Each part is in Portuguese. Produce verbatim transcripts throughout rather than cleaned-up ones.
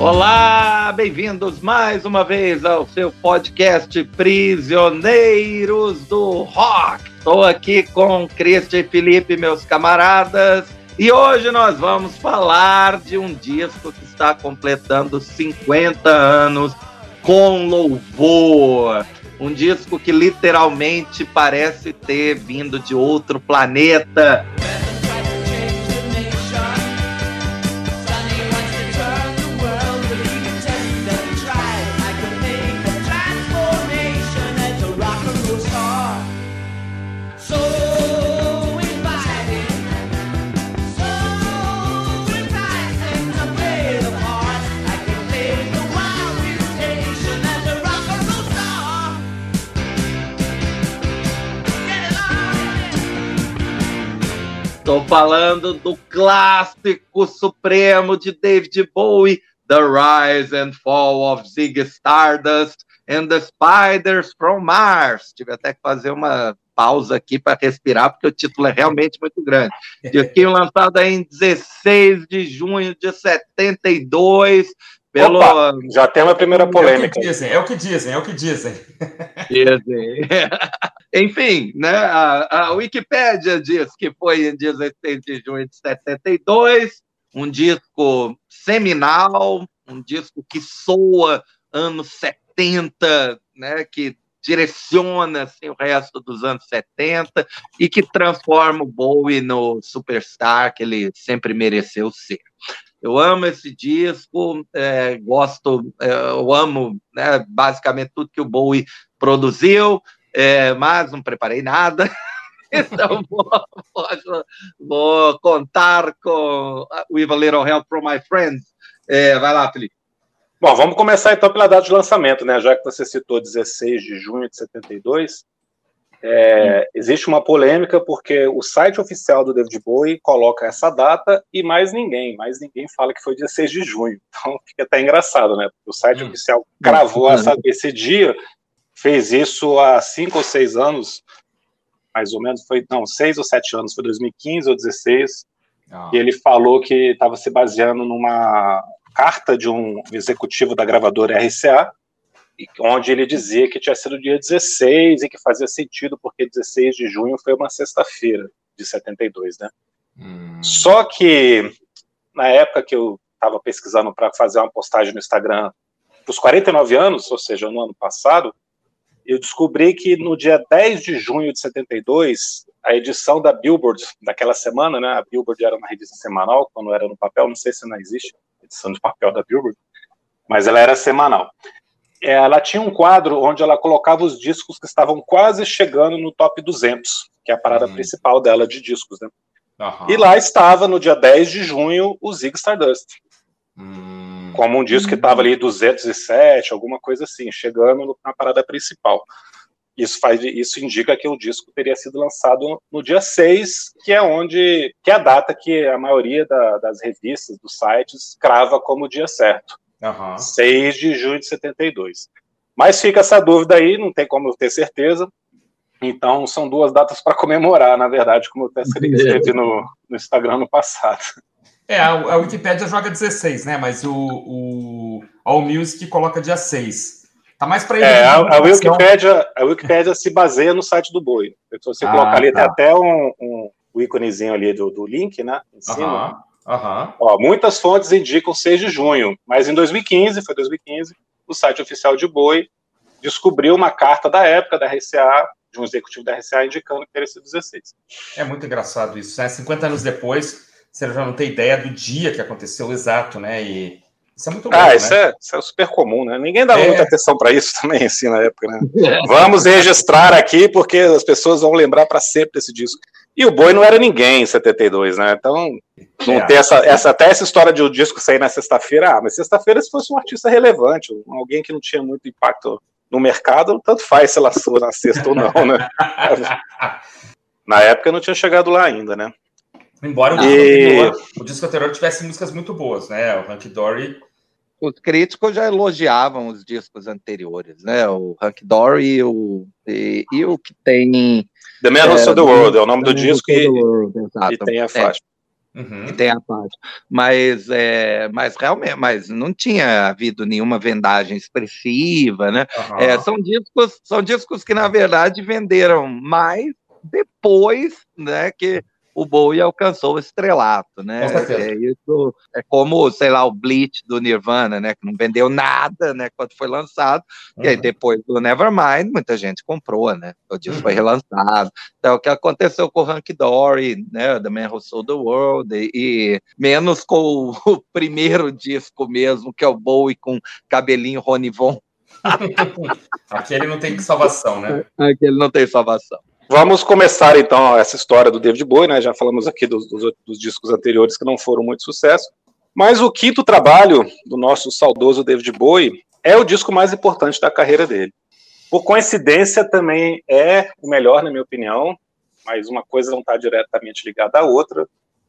Olá, bem-vindos mais uma vez ao seu podcast Prisioneiros do Rock. Estou aqui com Cristian e Felipe, meus camaradas, e hoje nós vamos falar de um disco que está completando cinquenta anos com louvor. Um disco que literalmente parece ter vindo de outro planeta. Estou falando do clássico supremo de David Bowie, The Rise and Fall of Ziggy Stardust and the Spiders from Mars. Tive até que fazer uma pausa aqui para respirar, porque o título é realmente muito grande. Disquinho lançado em dezesseis de junho de setenta e dois. Pelo... Opa, já tem uma primeira polêmica. É o que dizem, é o que dizem, é o que dizem. Dizem. Enfim, né, a, a Wikipédia diz que foi em dezesseis de junho de setenta e dois, um disco seminal, um disco que soa anos setenta, né, que direciona assim, o resto dos anos setenta e que transforma o Bowie no superstar que ele sempre mereceu ser. Eu amo esse disco, é, gosto, é, eu amo, né, basicamente tudo que o Bowie produziu, é, mas não preparei nada, então vou, vou, vou contar com With a Little Help from My Friends. É, vai lá, Felipe. Bom, vamos começar então pela data de lançamento, né? Já que você citou dezesseis de junho de setenta e dois, é, existe uma polêmica porque o site oficial do David Bowie coloca essa data e mais ninguém, mais ninguém fala que foi dezesseis de junho. Então fica até engraçado, né? Porque o site hum. oficial cravou hum. essa, esse dia, fez isso há cinco ou seis anos, mais ou menos, foi, não, seis ou sete anos, foi dois mil e quinze ou dezesseis, ah. e ele falou que estava se baseando numa carta de um executivo da gravadora R C A, onde ele dizia que tinha sido dia dezesseis e que fazia sentido porque dezesseis de junho foi uma sexta-feira de setenta e dois, né? Hum. Só que na época que eu estava pesquisando para fazer uma postagem no Instagram dos quarenta e nove anos, ou seja, no ano passado, eu descobri que no dia dez de junho de setenta e dois, a edição da Billboard, daquela semana, né? A Billboard era uma revista semanal, quando era no papel, não sei se ainda existe edição de papel da Billboard, mas ela era semanal. Ela tinha um quadro onde ela colocava os discos que estavam quase chegando no top duzentos, que é a parada uhum. principal dela de discos, né? Uhum. E lá estava, no dia dez de junho, o Ziggy Stardust. Uhum. Como um disco que estava ali duzentos e sete, alguma coisa assim, chegando na parada principal. Isso, faz, isso indica que o disco teria sido lançado no dia seis, que é onde, que é a data que a maioria da, das revistas, dos sites, crava como o dia certo. Uhum. seis de junho de setenta e dois. Mas fica essa dúvida aí, não tem como eu ter certeza. Então, são duas datas para comemorar, na verdade, como eu até escrevi no, no Instagram no passado. É, a, a Wikipédia joga dezesseis, né? Mas o, o AllMusic coloca dia seis. Tá mais para ele. É, a, a, Wikipédia, a Wikipédia se baseia no site do Bowie. Se você ah, colocar ali, tá. tem até um, um, um íconezinho ali do, do link, né? Em cima. Uhum. Uhum. Ó, muitas fontes indicam seis de junho, mas em dois mil e quinze, foi dois mil e quinze, o site oficial de Bowie descobriu uma carta da época da R C A, de um executivo da R C A, indicando que teria sido dezesseis. É muito engraçado isso, né? cinquenta anos depois, você já não tem ideia do dia que aconteceu exato, né? E isso é muito louco, Ah, né? isso, é, isso é super comum, né? Ninguém dava é. muita atenção para isso também, assim, na época, né? Vamos registrar aqui, porque as pessoas vão lembrar para sempre desse disco. E o Bowie não era ninguém em setenta e dois, né? Então, não é, tem essa, essa, até essa história de o disco sair na sexta-feira. Ah, mas sexta-feira, se fosse um artista relevante, alguém que não tinha muito impacto no mercado, tanto faz se ela soa na sexta ou não, né? Na época não tinha chegado lá ainda, né? Embora o, e... disco anterior, o disco anterior tivesse músicas muito boas, né? O Hunky Dory. Os críticos já elogiavam os discos anteriores, né? O Hunky Dory e o, e, e o que tem... The Man Who Sold the World, é o nome do disco e, world, e tem a faixa. Uhum. Que tem a parte. Mas, é, mas realmente, mas não tinha havido nenhuma vendagem expressiva, né? Uhum. É, são discos, são discos que na verdade venderam mais depois, né, que o Bowie alcançou o estrelato, né? É, isso, é como, sei lá, o Bleach do Nirvana, né? Que não vendeu nada, né? Quando foi lançado. Uhum. E aí, depois do Nevermind, muita gente comprou, né? O disco uhum. foi relançado. Então, o que aconteceu com o Hunky Dory, né? The Man Who Sold the World, e, e menos com o primeiro disco mesmo, que é o Bowie com cabelinho Ronivon. Aquele não tem salvação, né? Aquele não tem salvação. Vamos começar, então, essa história do David Bowie, né? Já falamos aqui dos, dos, dos discos anteriores que não foram muito sucesso. Mas o quinto trabalho do nosso saudoso David Bowie é o disco mais importante da carreira dele. Por coincidência, também é o melhor, na minha opinião, mas uma coisa não está diretamente ligada à outra.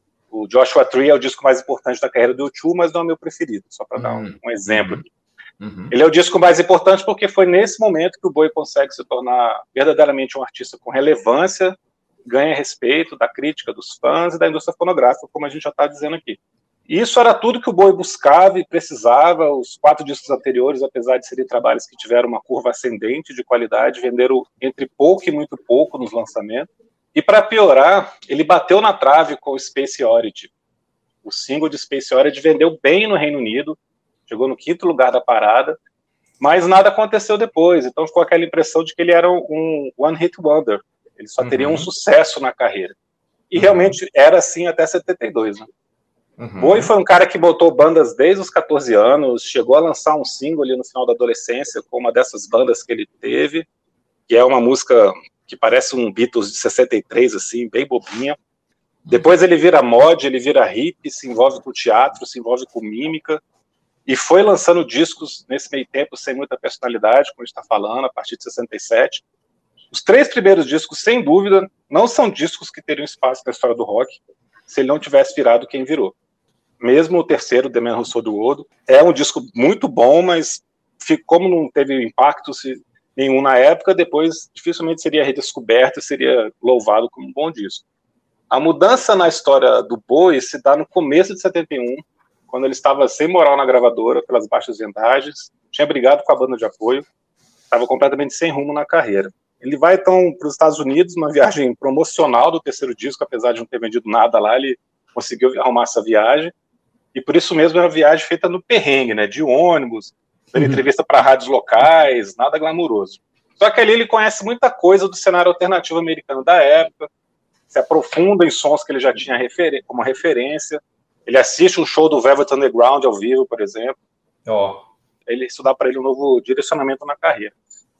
O Joshua Tree é o disco mais importante da carreira do U dois, mas não é o meu preferido, só para dar um, um exemplo aqui. Uhum. Ele é o disco mais importante porque foi nesse momento que o Bowie consegue se tornar verdadeiramente um artista com relevância, ganha respeito da crítica, dos fãs e da indústria fonográfica, como a gente já está dizendo aqui. E isso era tudo que o Bowie buscava e precisava. Os quatro discos anteriores, apesar de serem trabalhos que tiveram uma curva ascendente de qualidade, venderam entre pouco e muito pouco nos lançamentos. E para piorar, ele bateu na trave com o Space Oddity. O single de Space Oddity vendeu bem no Reino Unido, chegou no quinto lugar da parada, mas nada aconteceu depois, então ficou aquela impressão de que ele era um one-hit wonder, ele só teria uhum. um sucesso na carreira. E uhum. realmente era assim até setenta e dois, né? Uhum. Bowie foi um cara que botou bandas desde os catorze anos, chegou a lançar um single ali no final da adolescência, com uma dessas bandas que ele teve, que é uma música que parece um Beatles de sessenta e três, assim, bem bobinha. Depois ele vira mod, ele vira hippie, se envolve com teatro, se envolve com mímica, e foi lançando discos nesse meio tempo sem muita personalidade, como a gente está falando, a partir de sessenta e sete. Os três primeiros discos, sem dúvida, não são discos que teriam espaço na história do rock se ele não tivesse virado quem virou. Mesmo o terceiro, The Man Who Sold the World, é um disco muito bom, mas como não teve impacto nenhum na época, depois dificilmente seria redescoberto e seria louvado como um bom disco. A mudança na história do Bowie se dá no começo de setenta e um, quando ele estava sem moral na gravadora, pelas baixas vendagens, tinha brigado com a banda de apoio, estava completamente sem rumo na carreira. Ele vai, então, para os Estados Unidos, uma viagem promocional do terceiro disco, apesar de não ter vendido nada lá, ele conseguiu arrumar essa viagem, e por isso mesmo era uma viagem feita no perrengue, né, de ônibus, dando uhum. entrevista para rádios locais, nada glamuroso. Só que ali ele conhece muita coisa do cenário alternativo americano da época, se aprofunda em sons que ele já tinha refer- como referência. Ele assiste um show do Velvet Underground ao vivo, por exemplo. Oh. Ele, isso dá para ele um novo direcionamento na carreira.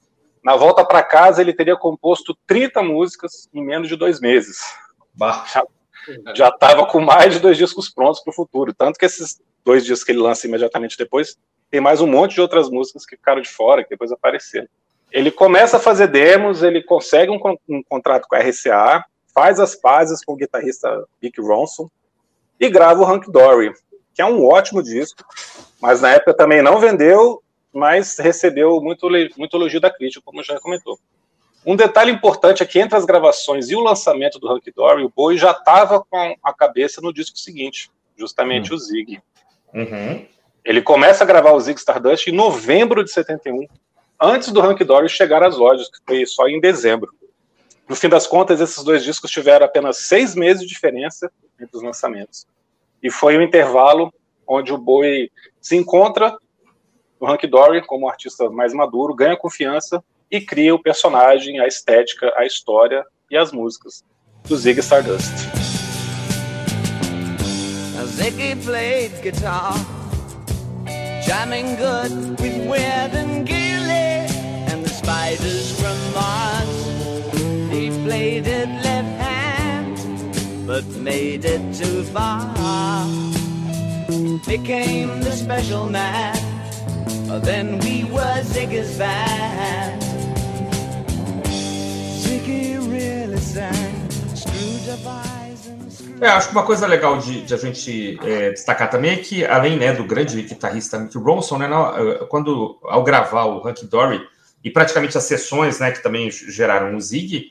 Na volta para casa, ele teria composto trinta músicas em menos de dois meses. Bah. Já estava com mais de dois discos prontos para o futuro. Tanto que esses dois discos que ele lança imediatamente depois, tem mais um monte de outras músicas que ficaram de fora, que depois apareceram. Ele começa a fazer demos, ele consegue um, um contrato com a R C A, faz as pazes com o guitarrista Mick Ronson, e grava o Hunky Dory, que é um ótimo disco, mas na época também não vendeu, mas recebeu muito, muito elogio da crítica, como já comentou. Um detalhe importante é que entre as gravações e o lançamento do Hunky Dory, o Bowie já estava com a cabeça no disco seguinte, justamente uhum. o Zig. Uhum. Ele começa a gravar o Zig Stardust em novembro de setenta e um, antes do Hunky Dory chegar às lojas, que foi só em dezembro. No fim das contas, esses dois discos tiveram apenas seis meses de diferença entre os lançamentos. E foi o intervalo onde o Bowie se encontra no Hunky Dory como um artista mais maduro, ganha confiança e cria o personagem, a estética, a história e as músicas do Ziggy Stardust. Ziggy played guitar, jamming good with Weird and Gilly and the Spiders from Mars. He played it left hand, but made it too far. Became the special man, then we were Ziggy's band. Ziggy really sang, Screwdriver and Screwdriver. É, acho que uma coisa legal de, de a gente é, destacar também é que, além, né, do grande guitarrista Mick Ronson, né, quando, ao gravar o Hunky Dory, e praticamente as sessões, né, que também geraram o Ziggy,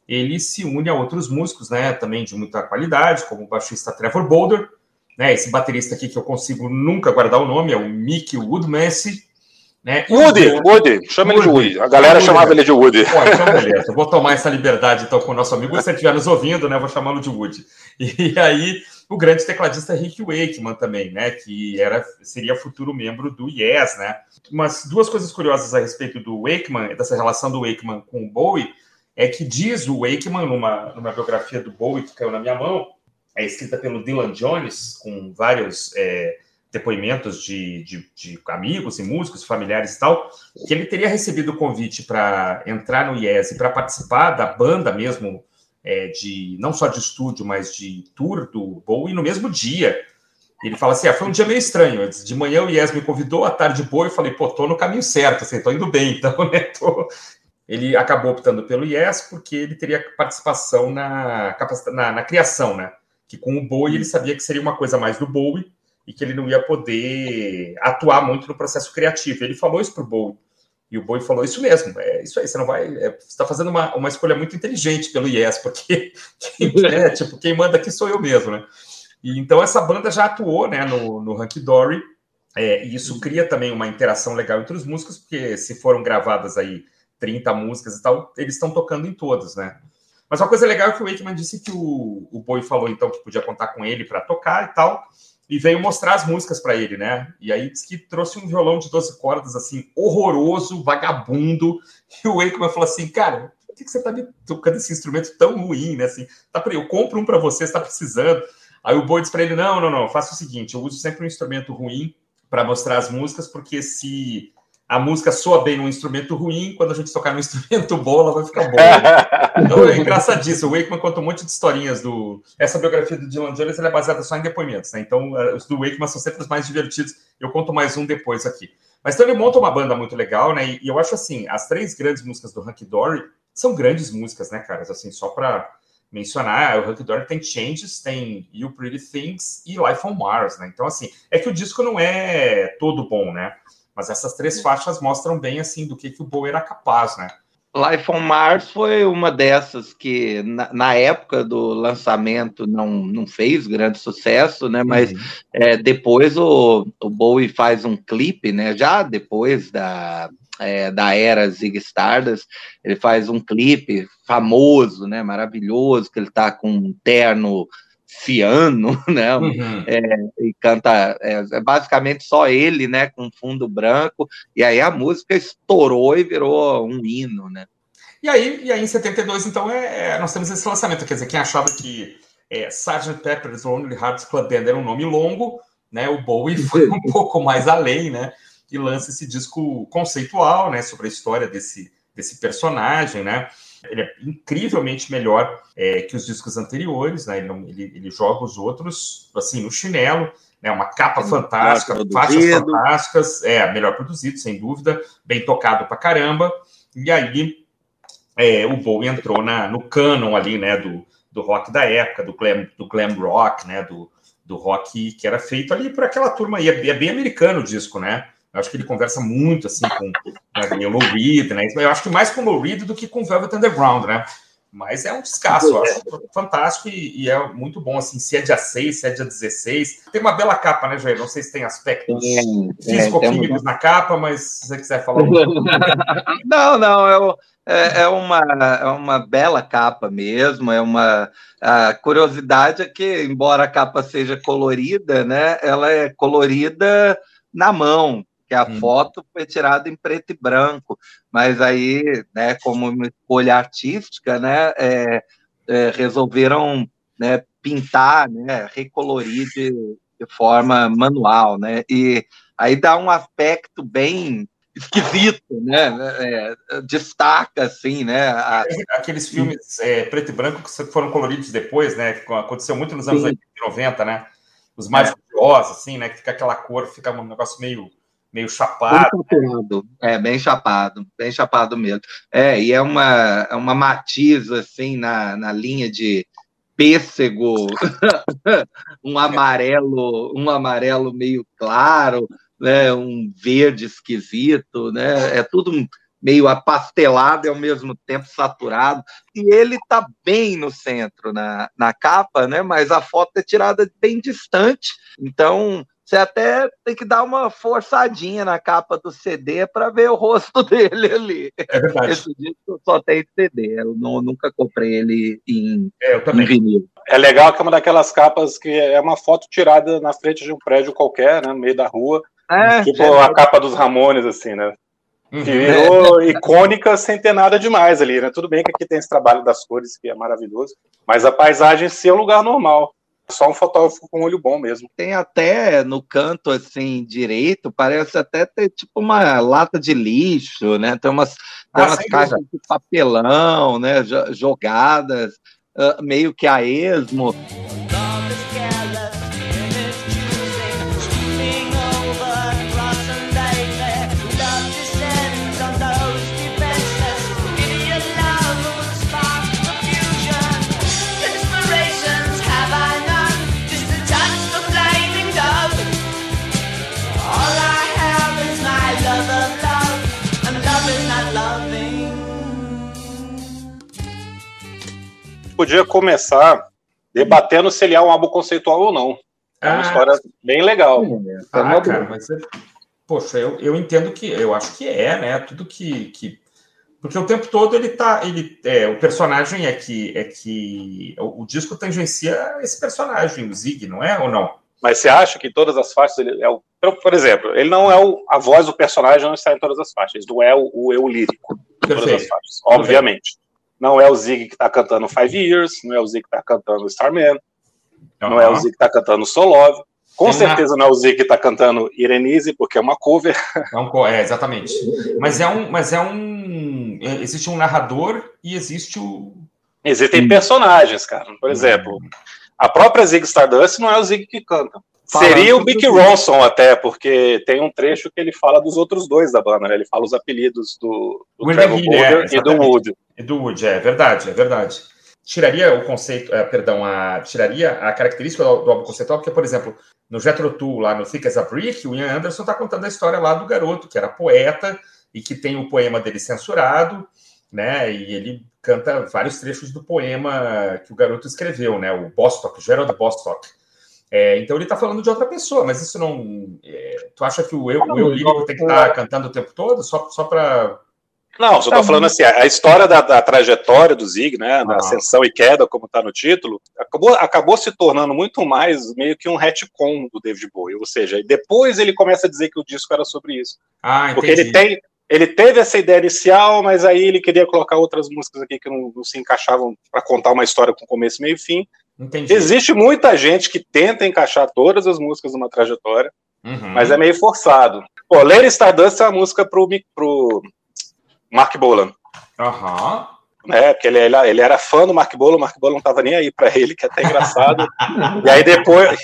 ele se une a outros músicos, né, também de muita qualidade, como o baixista Trevor Bolder, né, esse baterista aqui que eu consigo nunca guardar o nome, é o Mick Woodmansey, né? Woody, o... Woody, chama Woody. ele de Woody. A galera Woody. chamava ele de Woody. Pô, então beleza, eu vou tomar essa liberdade então com o nosso amigo, se ele estiver nos ouvindo, né, eu vou chamá-lo de Woody. E aí, o grande tecladista Rick Wakeman também, né, que era, seria futuro membro do Yes, né. Umas duas coisas curiosas a respeito do Wakeman, dessa relação do Wakeman com o Bowie, é que diz o Wakeman, numa, numa biografia do Bowie que caiu na minha mão, é escrita pelo Dylan Jones, com vários é, depoimentos de, de, de amigos e músicos, familiares e tal, que ele teria recebido o convite para entrar no Yes e para participar da banda mesmo, é, de, não só de estúdio, mas de tour do Bowie no mesmo dia. Ele fala assim, ah, foi um dia meio estranho, de manhã o Yes me convidou, à tarde Bowie, eu falei, pô, tô no caminho certo, assim, tô indo bem, então, né, tô... Ele acabou optando pelo Yes porque ele teria participação na, na, na criação, né? Que com o Bowie ele sabia que seria uma coisa mais do Bowie e que ele não ia poder atuar muito no processo criativo. Ele falou isso pro Bowie. E o Bowie falou isso mesmo. É isso aí, você não vai... É, você está fazendo uma, uma escolha muito inteligente pelo Yes, porque quem, né, tipo, quem manda aqui sou eu mesmo, né? E, então essa banda já atuou, né, no, no Hunky Dory, é, e isso cria também uma interação legal entre os músicos, porque se foram gravadas aí trinta músicas e tal, eles estão tocando em todas, né? Mas uma coisa legal é que o Wakeman disse que o, o Bowie falou, então, que podia contar com ele para tocar e tal, e veio mostrar as músicas para ele, né? E aí disse que trouxe um violão de doze cordas, assim, horroroso, vagabundo, e o Wakeman falou assim, cara, por que, que você tá me tocando esse instrumento tão ruim, né? Assim, tá, eu compro um para você, você tá precisando. Aí o Bowie disse para ele, não, não, não, faça o seguinte, eu uso sempre um instrumento ruim para mostrar as músicas, porque se... a música soa bem num instrumento ruim, quando a gente tocar num instrumento bom, ela vai ficar boa. Então é engraçadíssimo. O Wakeman conta um monte de historinhas do... Essa biografia do Dylan Jones ela é baseada só em depoimentos, né? Então os do Wakeman são sempre os mais divertidos. Eu conto mais um depois aqui. Mas então ele monta uma banda muito legal, né? E eu acho assim, as três grandes músicas do Hunky Dory são grandes músicas, né, cara? Assim, só para mencionar, o Hunky Dory tem Changes, tem You Pretty Things e Life on Mars, né? Então assim, é que o disco não é todo bom, né? Mas essas três faixas mostram bem, assim, do que, que o Bowie era capaz, né? Life on Mars foi uma dessas que, na, na época do lançamento, não, não fez grande sucesso, né? Mas uhum. é, depois o, o Bowie faz um clipe, né? Já depois da, é, da era Ziggy Stardust, ele faz um clipe famoso, né? Maravilhoso, que ele tá com um terno ciano, né, uhum. é, e canta, é, basicamente só ele, né, com fundo branco, e aí a música estourou e virou um hino, né. E aí, e aí em setenta e dois, então, é, é, nós temos esse lançamento, quer dizer, quem achava que é, sergeant Pepper's Lonely Hearts Club Band era um nome longo, né, o Bowie foi um pouco mais além, né, e lança esse disco conceitual, né, sobre a história desse, desse personagem, né. Ele é incrivelmente melhor é, que os discos anteriores, né? Ele, não, ele, ele joga os outros assim no chinelo, né? Uma capa é fantástica, faixas fantásticas, é melhor produzido, sem dúvida, bem tocado pra caramba. E aí é, o Bowie entrou na, no canon ali, né? Do, do rock da época, do glam, do glam rock, né? Do, do rock que era feito ali por aquela turma aí. É, é bem americano o disco, né? Eu acho que ele conversa muito, assim, com né, o Lou Reed, né? Eu acho que mais com o Lou Reed do que com o Velvet Underground, né? Mas é um descasso, eu acho fantástico e, e é muito bom, assim, se é dia seis, se é dia dezesseis. Tem uma bela capa, né, Jair? Não sei se tem aspectos é, físico-químicos é, na capa, mas se você quiser falar um pouco. Não, não, é, é, uma, é uma bela capa mesmo, é uma... A curiosidade é que, embora a capa seja colorida, né, ela é colorida na mão, que a hum. foto foi tirada em preto e branco, mas aí, né, como uma escolha artística, né, é, é, resolveram, né, pintar, né, recolorir de, de forma manual, né, e aí dá um aspecto bem esquisito, né, é, destaca, assim, né. A... Aqueles filmes é, preto e branco que foram coloridos depois, né, que aconteceu muito nos anos Sim. oitenta e noventa, né, os mais curiosos, é. assim, né, que fica aquela cor, fica um negócio meio meio chapado. Bem chapado. É, bem chapado, bem chapado mesmo. É, e é uma, é uma matiz, assim, na, na linha de pêssego, um amarelo, um amarelo meio claro, né, um verde esquisito, né, é tudo meio apastelado e ao mesmo tempo saturado, e ele está bem no centro na, na capa, né? Mas a foto é tirada bem distante, então você até tem que dar uma forçadinha na capa do C D para ver o rosto dele ali. É verdade. Esse disco só tem C D, eu não, nunca comprei ele em, é, eu também. em vinil. É legal que é uma daquelas capas que é uma foto tirada na frente de um prédio qualquer, né, no meio da rua, é, tipo é. a capa dos Ramones, assim, né? Que virou é. icônica sem ter nada demais ali, né? Tudo bem que aqui tem esse trabalho das cores que é maravilhoso, mas a paisagem em si é um lugar normal. Só um fotógrafo com olho bom mesmo. Tem até no canto assim direito, parece até ter tipo uma lata de lixo, né? Tem umas, tem ah, umas caixas de papelão, né? Jogadas uh, meio que a esmo. Podia começar debatendo se ele é um álbum conceitual ou não. É uma ah, história bem legal. Ah, cara, mas poxa, eu, eu entendo que eu acho que é, né? Tudo que, que... porque o tempo todo ele tá, ele é, o personagem é que é que o, o disco tangencia esse personagem, o Zig, não é ou não? Mas você acha que todas as faixas ele é o, por exemplo, ele não é o, a voz do personagem não está em todas as faixas, não é o, o eu lírico em todas as faixas, obviamente. Não é o Zig que tá cantando Five Years, não é o Zig que tá cantando Starman, uhum. não é o Zig que tá cantando So Love, com Tem certeza uma... não é o Zig que tá cantando Irenise, porque é uma cover. É, um, é exatamente. Mas é um, mas é um, existe um narrador e existe o... Existem hum. personagens, cara. Por exemplo, hum. a própria Zig Stardust não é o Zig que canta. Falando Seria o Mick Ronson até, porque tem um trecho que ele fala dos outros dois da banda, né? Ele fala os apelidos do, do Trevor Bolder é, e do Wood. E do Wood, é verdade, é verdade. Tiraria o conceito, uh, perdão, a, tiraria a característica do, do álbum conceitual, porque, por exemplo, no Jethro Tull, lá no Thick as a Brick, o Ian Anderson está contando a história lá do garoto, que era poeta e que tem o poema dele censurado, né? E ele canta vários trechos do poema que o garoto escreveu, né? O Bostock, Gerald Bostock. É, então ele está falando de outra pessoa, mas isso não... É, tu acha que o eu, o eu lírico tem que estar tá cantando o tempo todo, só, só para... Não, só estou falando assim, a história da, da trajetória do Zig, né, da ah. ascensão e queda, como está no título, acabou, acabou se tornando muito mais meio que um retcon do David Bowie, ou seja, depois ele começa a dizer que o disco era sobre isso. Ah, porque ele tem... Ele teve essa ideia inicial, mas aí ele queria colocar outras músicas aqui que não, não se encaixavam para contar uma história com começo, meio e fim. Entendi. Existe muita gente que tenta encaixar todas as músicas numa trajetória, uhum. mas é meio forçado. Pô, Lady Stardust é uma música pro, pro Mark Bolan. Aham. Uhum. É, porque ele, ele era fã do Mark Bolan, o Mark Bolan não tava nem aí pra ele, que é até engraçado. e, aí depois,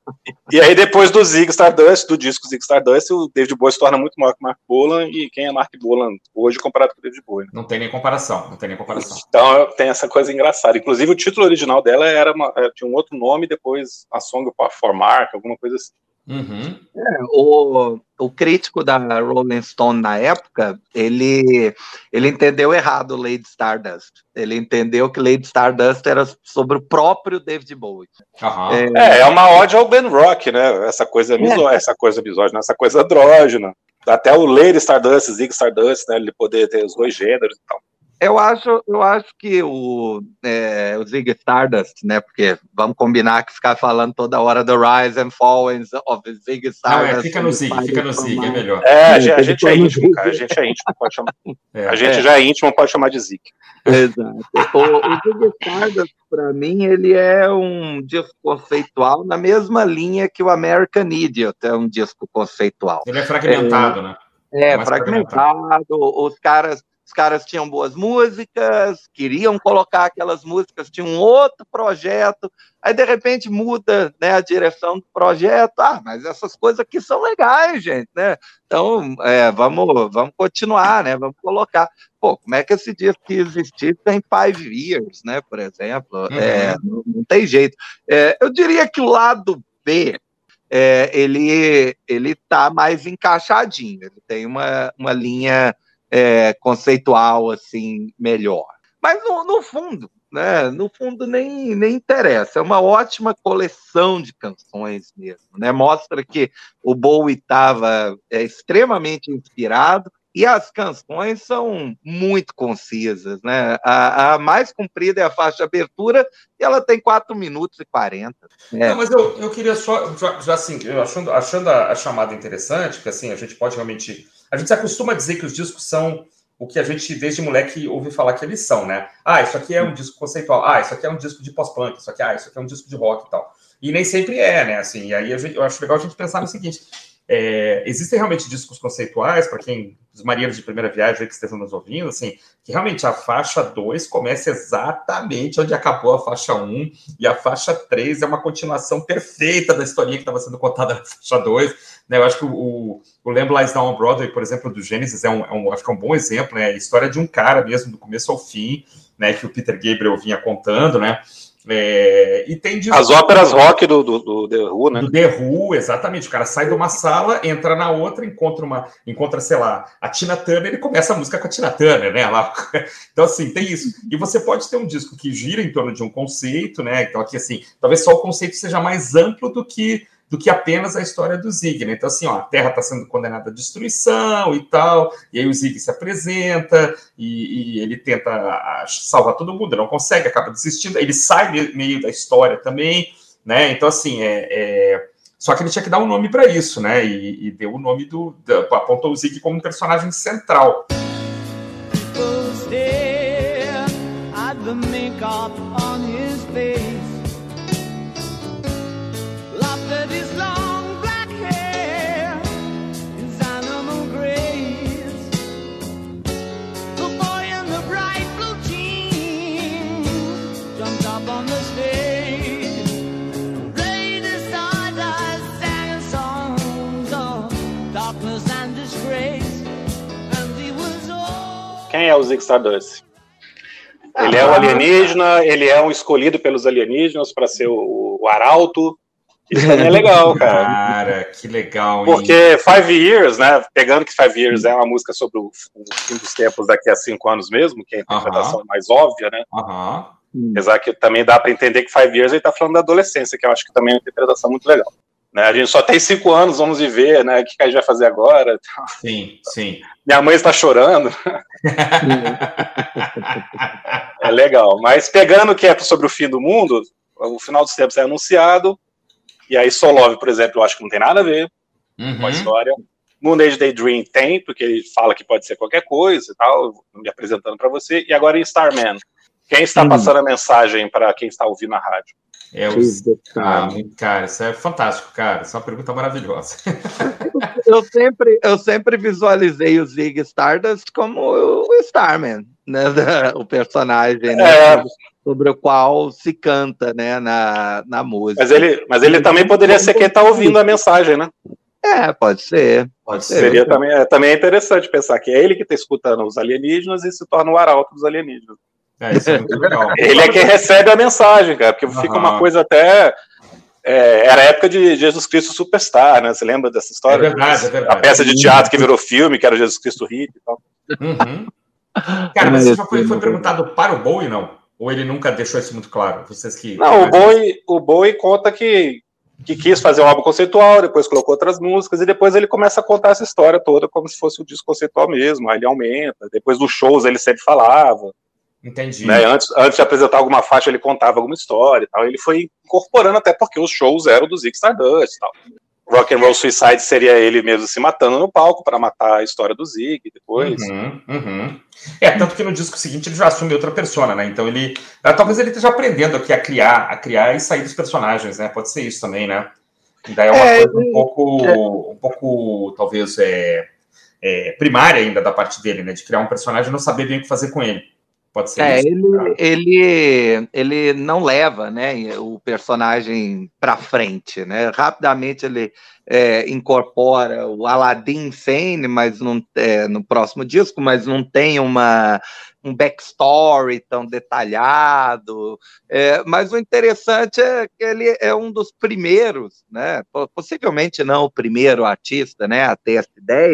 e aí depois do Zig Stardust, do disco Zig Stardust, o David Bowie se torna muito maior que o Mark Bolan, e quem é Mark Bolan hoje comparado com o David Bowie? Não tem nem comparação, não tem nem comparação. Então tem essa coisa engraçada. Inclusive o título original dela era uma, tinha um outro nome, depois a Song for Mark, alguma coisa assim. Uhum. É, o, o crítico da Rolling Stone na época, ele, ele entendeu errado Lady Stardust. Ele entendeu que Lady Stardust era sobre o próprio David Bowie. Uhum. É, é uma ode ao Ben Rock, né? Essa coisa misógina, é. essa coisa misógina, essa coisa andrógena. Até o Lady Stardust, Zig Stardust, né? Ele poder ter os dois gêneros e tal. Eu acho, eu acho que o, é, o Zig Stardust, né? Porque vamos combinar que ficar falando toda hora do Rise and Fall of Zig Stardust. Não, é, fica no Zig, fica no Zig, é melhor. É, a gente, a gente é íntimo, cara. A gente é íntimo, pode chamar. É, a gente é. já é íntimo, pode chamar de Zig. Exato. O, o Zig Stardust, para mim, ele é um disco conceitual na mesma linha que o American Idiot é um disco conceitual. Ele é fragmentado, é, né? É, é fragmentado. fragmentado. Os caras Os caras tinham boas músicas, queriam colocar aquelas músicas, tinham um outro projeto, aí de repente muda, né, a direção do projeto. Ah, mas essas coisas aqui são legais, gente, né? Então, é, vamos, vamos continuar, né? Vamos colocar. Pô, como é que esse disco que existiu tem Five Years, né, por exemplo? Uhum. É, não, não tem jeito. É, eu diria que o lado B, é, ele, ele tá mais encaixadinho, ele tem uma, uma linha... é, conceitual assim melhor. Mas no, no fundo, né, no fundo nem, nem interessa. É uma ótima coleção de canções mesmo, né? Mostra que o Bowie estava é, extremamente inspirado. E as canções são muito concisas, né? A, a mais comprida é a faixa de abertura e ela tem quatro minutos e quarenta. Né? Não, mas eu, eu queria só, já, já assim, eu achando, achando a, a chamada interessante, porque assim, a gente pode realmente... A gente se acostuma a dizer que os discos são o que a gente, desde moleque, ouve falar que eles são, né? Ah, isso aqui é um disco conceitual. Ah, isso aqui é um disco de pós-punk. Isso aqui, ah, isso aqui é um disco de rock e tal. E nem sempre é, né? Assim, e aí a gente, eu acho legal a gente pensar no seguinte... É, existem realmente discos conceituais, para quem, os marinheiros de primeira viagem que estejam nos ouvindo, assim, que realmente a faixa dois começa exatamente onde acabou a faixa um, e a faixa três é uma continuação perfeita da historinha que estava sendo contada na faixa dois, né? Eu acho que o, o Lamb Lies Down on Broadway, por exemplo, do Genesis, é um, é um, acho que é um bom exemplo, né? A história de um cara mesmo, do começo ao fim, né? Que o Peter Gabriel vinha contando, né? É, e tem as óperas rock do, do, do The Who, né? Do The Who, exatamente. O cara sai de uma sala, entra na outra, encontra uma, encontra, sei lá, a Tina Turner e começa a música com a Tina Turner, né? Lá. Então, assim, tem isso. E você pode ter um disco que gira em torno de um conceito, né? Então, aqui, assim, talvez só o conceito seja mais amplo do que do que apenas a história do Zig, né? Então, assim, ó, a Terra está sendo condenada à destruição e tal, e aí o Zig se apresenta e, e ele tenta salvar todo mundo, não consegue, acaba desistindo, ele sai meio da história também, né? Então, assim, é, é... só que ele tinha que dar um nome para isso, né? E, e deu o nome do... do apontou o Zig como um personagem central. Quem é o Zig Stardust? Ele é um alienígena, ele é um escolhido pelos alienígenas para ser o, o arauto. Isso também é legal, cara. Cara, que legal, hein? Porque Five Years, né? Pegando que Five Years é uma música sobre o, o fim dos tempos daqui a cinco anos mesmo, que é a interpretação uh-huh. mais óbvia, né? Uh-huh. Apesar que também dá para entender que Five Years ele tá falando da adolescência, que eu acho que também é uma interpretação muito legal. Né, a gente só tem cinco anos, vamos viver, né? O que a gente vai fazer agora? Sim, sim. Minha mãe está chorando. É legal. Mas pegando que é sobre o fim do mundo, o final dos tempos é anunciado, e aí Solove, por exemplo, eu acho que não tem nada a ver uhum. com a história. Moon Age Daydream tem, porque ele fala que pode ser qualquer coisa e tal, me apresentando para você. E agora em Starman, quem está passando a mensagem para quem está ouvindo a rádio? É o... ah, cara, isso é fantástico, cara. Isso é uma pergunta maravilhosa. Eu sempre, eu sempre visualizei o Zig Stardust como o Starman, né? O personagem, né? É. Sobre o qual se canta, né? Na, na música. Mas ele, mas ele também poderia ser quem está ouvindo a mensagem, né? É, pode ser. Pode ser. Seria também, é, também é interessante pensar que é ele que está escutando os alienígenas e se torna o arauto dos alienígenas. É, isso é muito legal. Ele é quem recebe a mensagem, cara, porque uhum. fica uma coisa até... É, era a época de Jesus Cristo Superstar, né? Você lembra dessa história? É verdade, é verdade. A peça de teatro que virou filme, que era Jesus Cristo Hit e tal. Uhum. Cara, mas você já foi, foi perguntado para o Bowie, não? Ou ele nunca deixou isso muito claro? Vocês que... Não, o Bowie, o Bowie conta que, que quis fazer um álbum conceitual, depois colocou outras músicas, e depois ele começa a contar essa história toda como se fosse um disco conceitual mesmo, aí ele aumenta, depois dos shows ele sempre falava. Entendi. Né? Antes, antes de apresentar alguma faixa, ele contava alguma história e tal. Ele foi incorporando até porque os shows eram do Zig Stardust e tal. Rock and Roll Suicide seria ele mesmo se matando no palco para matar a história do Zig depois. Uhum, uhum. É, tanto que no disco seguinte ele já assume outra persona, né? Então ele... Talvez ele esteja aprendendo aqui a criar, a criar e sair dos personagens, né? Pode ser isso também, né? E daí é uma é, coisa um pouco, é. um pouco, talvez, é, é, primária ainda da parte dele, né? De criar um personagem e não saber bem o que fazer com ele. Pode ser é, isso, ele, ele, ele não leva, né, o personagem para frente, né? Rapidamente ele é, incorpora o Aladdin Sane, mas não, é, no próximo disco, mas não tem uma, um backstory tão detalhado. É, mas o interessante é que ele é um dos primeiros, né? Possivelmente não o primeiro artista, né, a ter essa ideia.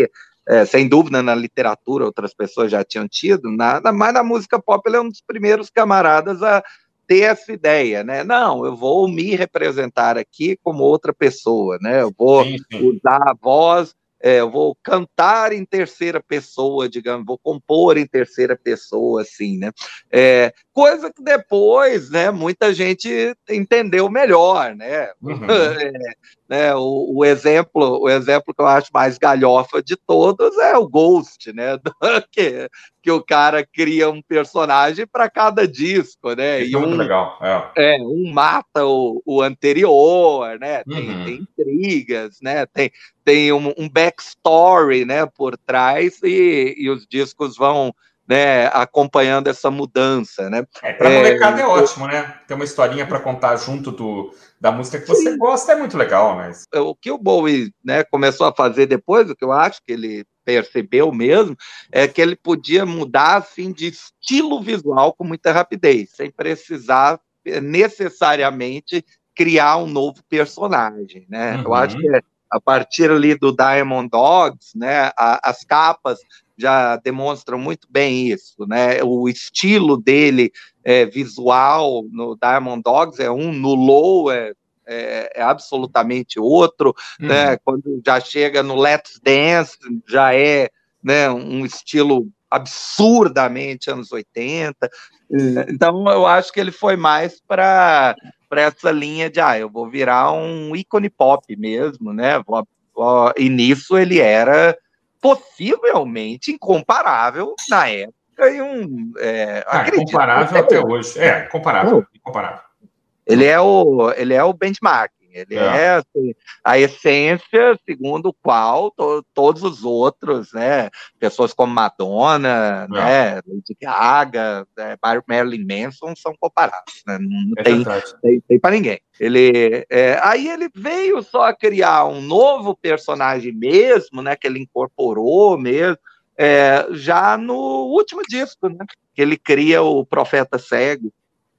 é, sem dúvida na literatura outras pessoas já tinham tido, na, na, mas na música pop ele é um dos primeiros camaradas a ter essa ideia, né? Não, eu vou me representar aqui como outra pessoa, né? Eu vou sim, sim. usar a voz, é, eu vou cantar em terceira pessoa, digamos, vou compor em terceira pessoa, assim, né? É, coisa que depois, né, muita gente entendeu melhor, né? Uhum. É, né o, o, exemplo, o exemplo que eu acho mais galhofa de todos é o Ghost, né? que, que o cara cria um personagem para cada disco, né? Isso e é um, muito legal. É. É, um mata o, o anterior, né? Tem, uhum. tem intrigas, né? Tem, tem um, um backstory, né, por trás e, e os discos vão, né, acompanhando essa mudança, né? É, para molecada é, é ótimo, né? Ter uma historinha para contar junto do, da música que você sim. gosta é muito legal, né? O que o Bowie, né, começou a fazer depois, o que eu acho que ele percebeu mesmo, é que ele podia mudar assim, de estilo visual com muita rapidez, sem precisar necessariamente criar um novo personagem, né? Uhum. Eu acho que a partir ali do Diamond Dogs, né, a, as capas já demonstram muito bem isso, né? O estilo dele é, visual no Diamond Dogs é um, no Low é, é, é absolutamente outro, uhum. né? Quando já chega no Let's Dance já é, né, um estilo absurdamente anos oitenta. Então eu acho que ele foi mais para para essa linha de, ah, eu vou virar um ícone pop mesmo, né? Vou, vou, e nisso ele era possivelmente incomparável na época e um... É, ah, incomparável até, até hoje. hoje. É, incomparável, incomparável. Ele é o, ele é o benchmark. Ele é, é assim, a essência segundo o qual to, todos os outros, né, pessoas como Madonna, é. né, Lady Gaga, né, Marilyn Manson são comparados, né, não é tem, tem, tem para ninguém. Ele, é, aí ele veio só criar um novo personagem mesmo, né, que ele incorporou mesmo, é, já no último disco, né, que ele cria o Profeta Cego,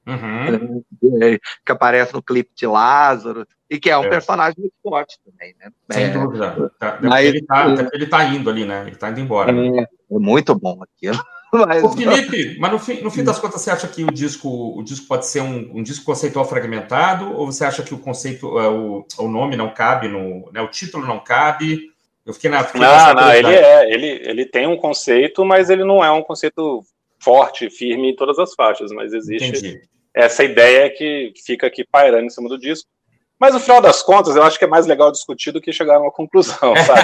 uhum. que aparece no clipe de Lázaro, e que é um é. personagem muito forte também, né? Sem é, dúvida. Tá, mas, ele, tá, é, ele tá indo ali, né? Ele tá indo embora. É, né? é muito bom aquilo. Mas... Ô, Felipe, mas no fim, no fim das contas, você acha que o disco, o disco pode ser um, um disco conceitual fragmentado, ou você acha que o conceito, o, o nome não cabe, no, né, o título não cabe? Eu fiquei na... Fiquei não, não, ele, é, ele, ele tem um conceito, mas ele não é um conceito forte, firme em todas as faixas, mas existe... Entendi. Essa ideia que fica aqui pairando em cima do disco. Mas no final das contas, eu acho que é mais legal discutir do que chegar a uma conclusão, sabe?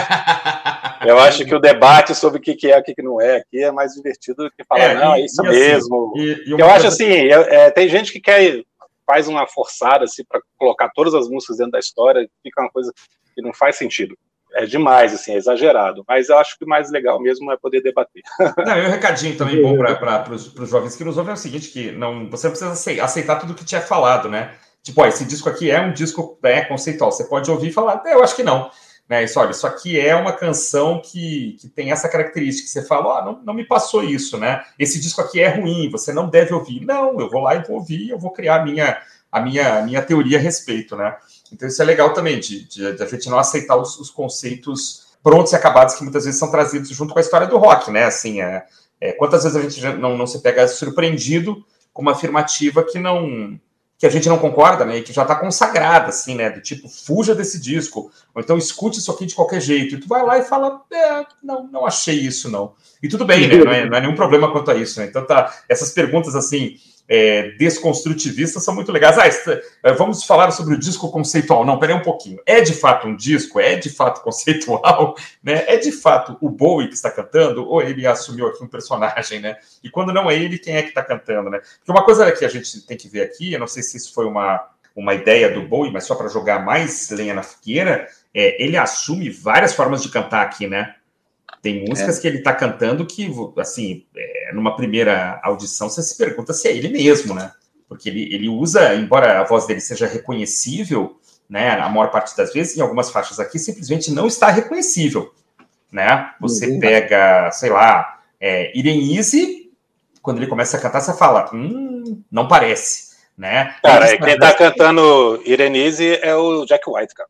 Eu acho que o debate sobre o que é e o que não é aqui é mais divertido do que falar, é, não, é isso e, mesmo. Assim, e, e eu acho assim, eu, é, tem gente que quer, faz uma forçada assim, para colocar todas as músicas dentro da história, fica uma coisa que não faz sentido. É demais, assim, é exagerado. Mas eu acho que o mais legal mesmo é poder debater. Não, e um recadinho também bom para os jovens que nos ouvem é o seguinte, que não, você não precisa aceitar tudo que tinha falado, né? Tipo, ó, esse disco aqui é um disco é, conceitual. Você pode ouvir e falar, eu acho que não. Né? Isso, olha, isso aqui é uma canção que, que tem essa característica. Você fala, ó, não, não me passou isso, né? Esse disco aqui é ruim, você não deve ouvir. Não, eu vou lá e vou ouvir, eu vou criar a minha, a minha, a minha teoria a respeito, né? Então isso é legal também, de, de, de a gente não aceitar os, os conceitos prontos e acabados que muitas vezes são trazidos junto com a história do rock, né? Assim, é, é, quantas vezes a gente já não, não se pega surpreendido com uma afirmativa que não... que a gente não concorda, né, e que já está consagrada, assim, né, do tipo, fuja desse disco, ou então escute isso aqui de qualquer jeito, e tu vai lá e fala, é, não, não achei isso, não. E tudo bem, né, não é, não é nenhum problema quanto a isso, né, então tá, essas perguntas, assim, é, desconstrutivistas são muito legais. Ah, esta, vamos falar sobre o disco conceitual. Não, peraí um pouquinho, é de fato um disco? É de fato conceitual? Né? É de fato o Bowie que está cantando, ou ele assumiu aqui um personagem, né? E quando não é ele, quem é que está cantando, né? Porque uma coisa que a gente tem que ver aqui, eu não sei se isso foi uma, uma ideia do Bowie, mas só para jogar mais lenha na fogueira, é, ele assume várias formas de cantar aqui, né? Tem músicas é. que ele está cantando que, assim, é, numa primeira audição, você se pergunta se é ele mesmo, né? Porque ele, ele usa, embora a voz dele seja reconhecível, né, a maior parte das vezes, em algumas faixas aqui, simplesmente não está reconhecível, né? Você uhum. pega, sei lá, é, Irene Easy, quando ele começa a cantar, você fala, hum, não parece, né? Cara, quem está cantando Irene Easy é o Jack White, cara.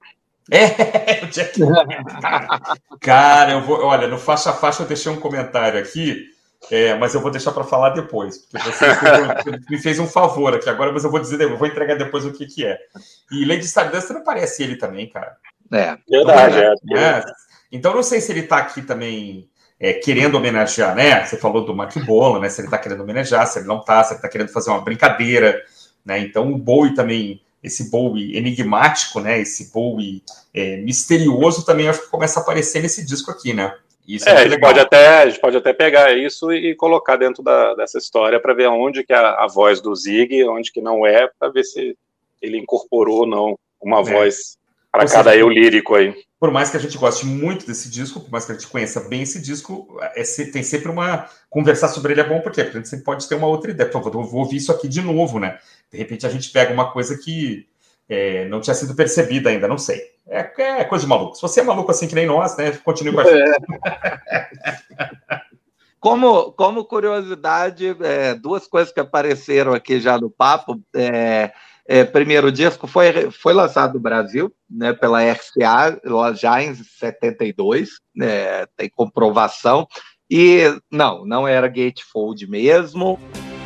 É, o Jack. Cara, eu vou. Olha, no faixa a faixa eu deixei um comentário aqui, é, mas eu vou deixar para falar depois, porque você me fez um favor aqui agora, mas eu vou dizer, eu vou entregar depois o que, que é. E Lady Stardust não parece ele também, cara. É, verdade. Então, é, é. Então não sei se ele tá aqui também é, querendo homenagear, né? Você falou do Mark Bolan, né? Se ele tá querendo homenagear, se ele não tá, se ele tá querendo fazer uma brincadeira, né? Então o Bowie também. Esse Bowie enigmático, né? Esse Bowie é, misterioso também acho que começa a aparecer nesse disco aqui, né? Isso é, é a, gente pode até, a gente pode até pegar isso e colocar dentro da, dessa história para ver onde que é a, a voz do Zig, onde que não é, para ver se ele incorporou ou não uma é. voz para cada eu lírico aí. Por mais que a gente goste muito desse disco, por mais que a gente conheça bem esse disco, é, tem sempre uma... Conversar sobre ele é bom, porque a gente sempre pode ter uma outra ideia. Pô, eu vou ouvir isso aqui de novo, né? De repente a gente pega uma coisa que é, não tinha sido percebida ainda, não sei. É, é coisa de maluco. Se você é maluco assim que nem nós, né? Continue com a gente. É. Como, como curiosidade, é, duas coisas que apareceram aqui já no papo. É, é, primeiro, o disco foi, foi lançado no Brasil, né, pela R C A, já em setenta e dois, né, tem comprovação. E não, não era Gatefold mesmo.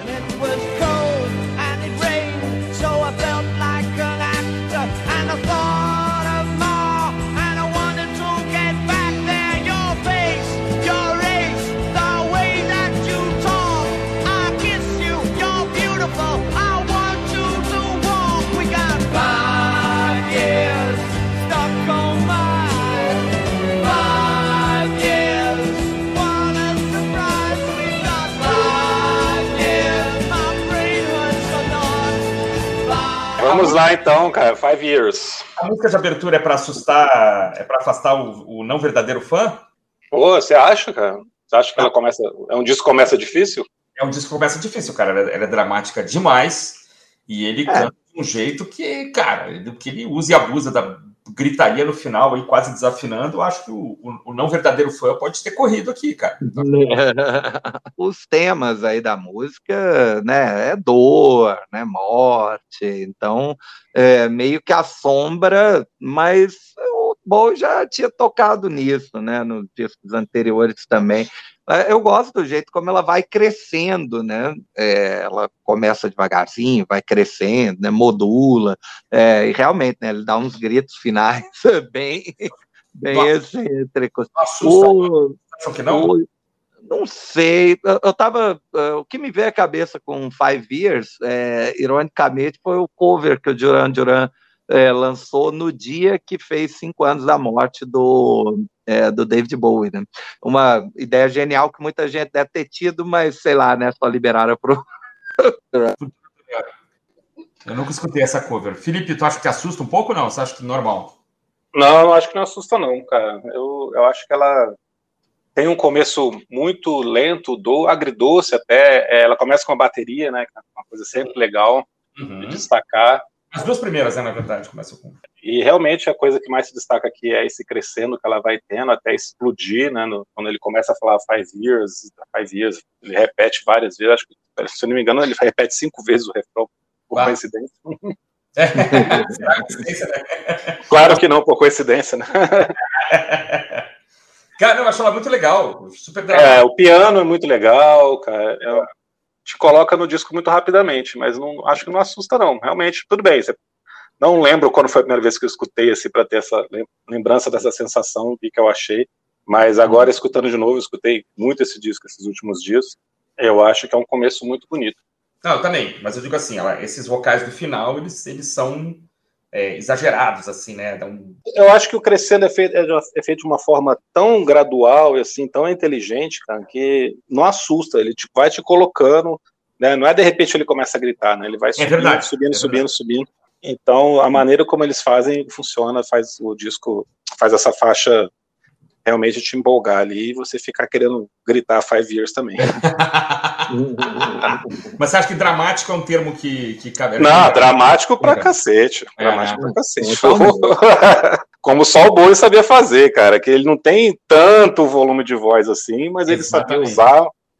Vamos lá então, cara, Five Years. A música de abertura é para assustar, é para afastar o, o não verdadeiro fã? Pô, você acha, cara? Você acha que ela começa, é um disco que começa difícil? É um disco que começa difícil, cara, ela, ela é dramática demais, e ele é. canta de um jeito que, cara, que ele usa e abusa da gritaria no final, aí quase desafinando. Eu acho que o, o, o não verdadeiro fã pode ter corrido aqui, cara. Os temas aí da música, né, é dor, né, morte, então é, meio que assombra, mas o Bowie já tinha tocado nisso, né, nos discos anteriores também. Eu gosto do jeito como ela vai crescendo, né? É, ela começa devagarzinho, vai crescendo, né? Modula, é, e realmente, né? Ele dá uns gritos finais bem, bem excêntricos. O, que não? O, não sei, eu, eu tava, uh, o que me veio à cabeça com Five Years, é, ironicamente, foi o cover que o Duran Duran é, lançou no dia que fez cinco anos da morte do... É, do David Bowie, né? Uma ideia genial que muita gente deve ter tido, mas sei lá, né? Só liberaram pro. Eu nunca escutei essa cover. Felipe, tu acha que assusta um pouco ou não? Você acha que é normal? Não, eu acho que não assusta, não, cara. Eu, eu acho que ela tem um começo muito lento, do agridoce até. Ela começa com a bateria, né? Uma coisa sempre legal uhum. de destacar. As duas primeiras, né, na verdade, começam com... E realmente a coisa que mais se destaca aqui é esse crescendo que ela vai tendo até explodir, né, no, quando ele começa a falar five years, five years, ele repete várias vezes, acho que, se eu não me engano, ele repete cinco vezes o refrão, por ah. coincidência. É. Claro que não, por coincidência, né? Cara, eu acho ela muito legal, super é, o piano é muito legal, cara, é... te coloca no disco muito rapidamente, mas não, acho que não assusta não, realmente, tudo bem, você, não lembro quando foi a primeira vez que eu escutei assim, para ter essa lembrança dessa sensação que eu achei, mas agora escutando de novo, eu escutei muito esse disco esses últimos dias, eu acho que é um começo muito bonito. Não, eu também, mas eu digo assim, ela, esses vocais do final, eles, eles são é, exagerados, assim, né? Um... Eu acho que o crescendo é feito, é feito de uma forma tão gradual e assim, tão inteligente, cara, que não assusta, ele te, vai te colocando, né? Não é de repente ele começa a gritar, né? Ele vai subindo, é verdade, subindo, é subindo, subindo. Então, a maneira como eles fazem funciona, faz o disco, faz essa faixa realmente te empolgar ali e você ficar querendo gritar Five Years também. Mas você acha que dramático é um termo que, que cabe? Não, dramático pra cacete. É. Dramático pra cacete. Como só o Bowie sabia fazer, cara, que ele não tem tanto volume de voz assim, mas ele sabia usar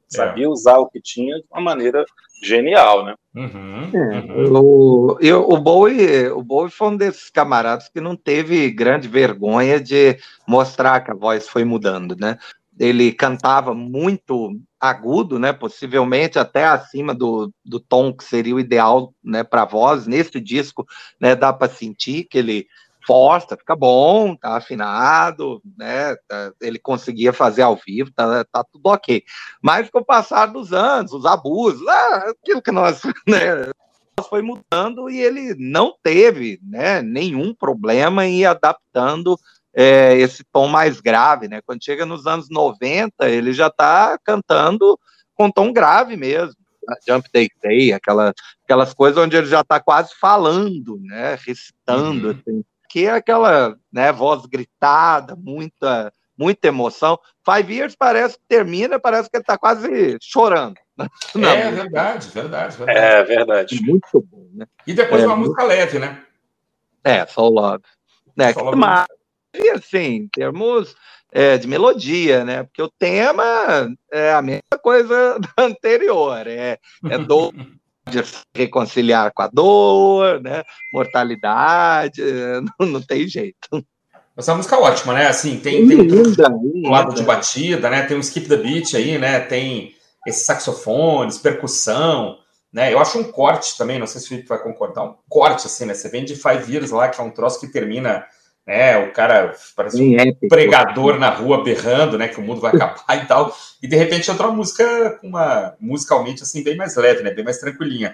sabia usar o que tinha de uma maneira genial, né? Uhum, É, uhum. o, eu, o, Bowie, o Bowie foi um desses camaradas que não teve grande vergonha de mostrar que a voz foi mudando, né? Ele cantava muito agudo, né? Possivelmente até acima do, do tom que seria o ideal, né, para a voz. Nesse disco, né, dá para sentir que ele força, fica bom, tá afinado, né? Tá, ele conseguia fazer ao vivo, tá, tá tudo ok. Mas com o passar dos anos, os abusos, ah, aquilo que nós, né, foi mudando e ele não teve, né, nenhum problema em ir adaptando é, esse tom mais grave, né? Quando chega nos anos noventa, ele já está cantando com tom grave mesmo. Jump Day Day, aquela, aquelas coisas onde ele já está quase falando, né, recitando, uhum. assim, que é aquela, né, voz gritada, muita, muita emoção. Five Years parece que termina, parece que ele está quase chorando. É verdade, verdade, verdade. É verdade. Muito bom, né? E depois é, uma música leve, né? É, Soul Love. Né? Soul que mais, assim, em termos é, de melodia, né? Porque o tema é a mesma coisa da anterior, é, é dor de se reconciliar com a dor, né? Mortalidade, não, não tem jeito. Essa música é ótima, né? Assim, tem, tem linda, um lado de batida, né? Tem um skip the beat aí, né? Tem esses saxofones, percussão, né? Eu acho um corte também, não sei se o Felipe vai concordar, um corte, assim, né? Você vem de Five Years lá, que é um troço que termina, né? O cara parece um épico, pregador na rua berrando, né? Que o mundo vai acabar e tal. E de repente entra uma música com uma musicalmente assim, bem mais leve, né? Bem mais tranquilinha.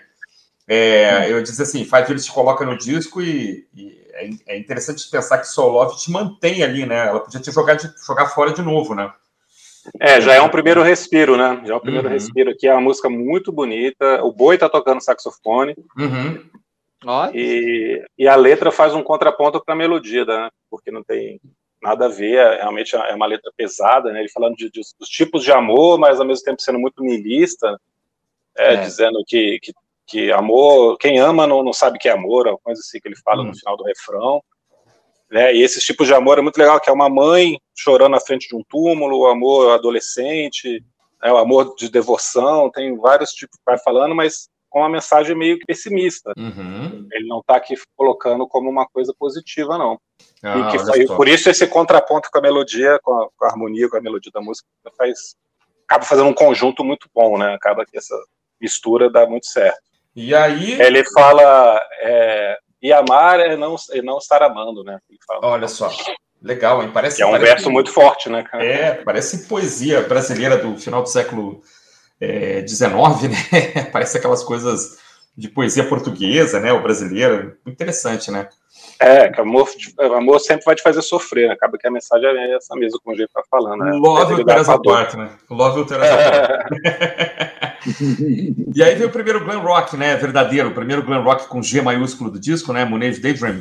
É, eu disse assim, Five Years te coloca no disco e, e é interessante pensar que Soul Love te mantém ali, né? Ela podia te jogar, de, jogar fora de novo, né? É, já é um primeiro respiro, né? Já é um primeiro uhum. respiro aqui. É uma música muito bonita. O Bowie tá tocando saxofone. Uhum. E, e a letra faz um contraponto para a melodia, né? Porque não tem nada a ver. Realmente é uma letra pesada, né? Ele falando de, de, dos tipos de amor, mas ao mesmo tempo sendo muito niilista, é, é. dizendo que, que, que amor, quem ama não, não sabe que é amor, uma coisa assim que ele fala uhum. no final do refrão. Né? E esses tipos de amor é muito legal, que é uma mãe chorando na frente de um túmulo, o amor adolescente, né? O amor de devoção, tem vários tipos que vai falando, mas com uma mensagem meio que pessimista. Uhum. Ele não está aqui colocando como uma coisa positiva, não. Ah, e que foi, por isso esse contraponto com a melodia, com a, com a harmonia, com a melodia da música, faz, acaba fazendo um conjunto muito bom, né? Acaba que essa mistura dá muito certo. E aí... Ele fala... É, e amar é não, é não estar amando, né? Ele fala, olha só, legal, hein? Parece, que é um parece verso que, muito forte, né, cara? É, parece poesia brasileira do final do século dezenove, é, né? Parece aquelas coisas de poesia portuguesa, né? O brasileiro, interessante, né? É, que amor, amor sempre vai te fazer sofrer, né? Acaba que a mensagem é essa mesmo, como a gente tá falando, né? Love will tear us apart, né? Love will tear us apart. E aí veio o primeiro glam rock, né? Verdadeiro, o primeiro glam rock com G maiúsculo do disco, né? Moonage Daydream.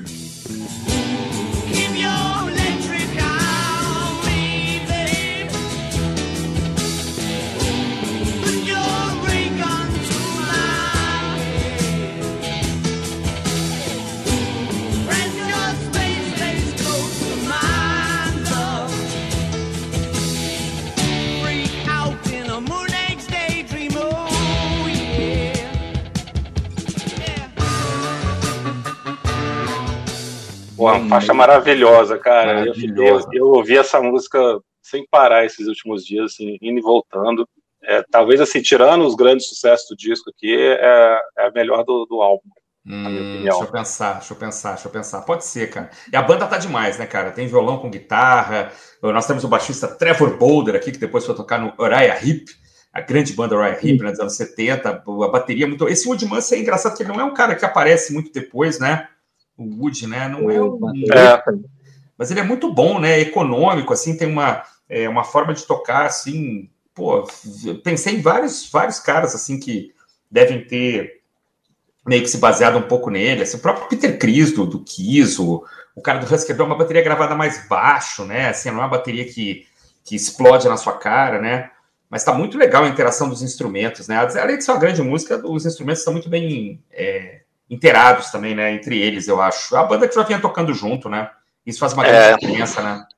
Uma faixa maravilhosa, cara. Maravilhosa. Eu, eu, eu ouvi essa música sem parar esses últimos dias, assim, indo e voltando. É, talvez, assim, tirando os grandes sucessos do disco aqui, é, é a melhor do, do álbum, hum, na minha opinião. Deixa eu pensar, deixa eu pensar, deixa eu pensar. Pode ser, cara. E a banda tá demais, né, cara? Tem violão com guitarra. Nós temos o baixista Trevor Bolder aqui, que depois foi tocar no Uriah Heep, a grande banda Uriah Heep, né, dos anos setenta. A bateria muito... Esse Woody Manson é engraçado, porque ele não é um cara que aparece muito depois, né? O Woody, né? Não é um... É. Mas ele é muito bom, né? Econômico, assim, tem uma, é, uma forma de tocar, assim... Pô, pensei em vários, vários caras, assim, que devem ter meio que se baseado um pouco nele. Assim, o próprio Peter Criss, do, do Kiss, o, o cara do Husker Du, é uma bateria gravada mais baixo, né? Assim, não é uma bateria que, que explode na sua cara, né? Mas tá muito legal a interação dos instrumentos, né? Além de ser uma grande música, os instrumentos estão muito bem... É, inteirados também, né, entre eles, eu acho. A banda que já vinha tocando junto, né? Isso faz uma grande é. diferença, né?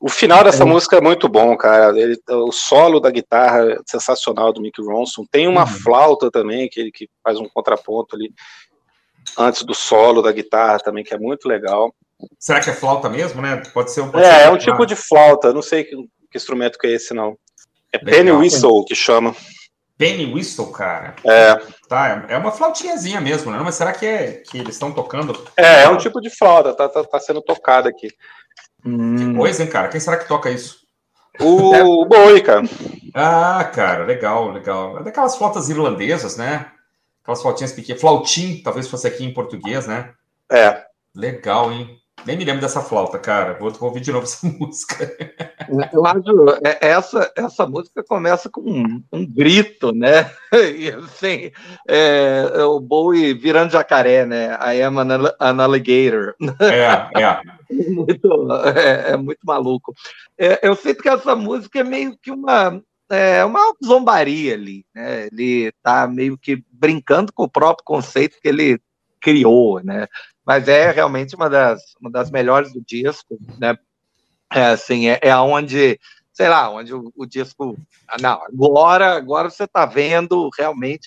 O final dessa é. música é muito bom, cara. Ele, o solo da guitarra é sensacional do Mick Ronson. Tem uma uhum. flauta também, que ele que faz um contraponto ali antes do solo da guitarra também, que é muito legal. Será que é flauta mesmo, né? Pode ser um... Pode é, ser é um tipo de flauta. Não sei que, que instrumento que é esse, não. É legal. Penny Whistle que chama. Penny Whistle, cara? É. Tá, é uma flautinhazinha mesmo, né? Mas será que, é, que eles estão tocando? É, é um tipo de flauta. Tá, tá, tá sendo tocada aqui. Hum. Que coisa, hein, cara? Quem será que toca isso? O Bowie, cara. Ah, cara, legal, legal. É daquelas flautas irlandesas, né? Aquelas flautinhas pequenas. Flautim, talvez fosse aqui em português, né? É. Legal, hein? Nem me lembro dessa flauta, cara. Vou, vou ouvir de novo essa música. Eu acho essa, essa música começa com um, um grito, né? E assim, é, o Bowie virando jacaré, né? I am an, an alligator. É, é. Muito, é, é muito maluco. É, eu sinto que essa música é meio que uma, é, uma zombaria ali, né? Ele está meio que brincando com o próprio conceito que ele criou, né? Mas é realmente uma das, uma das melhores do disco, né? É assim, é, é onde, sei lá, onde o, o disco, não, agora, agora você está vendo realmente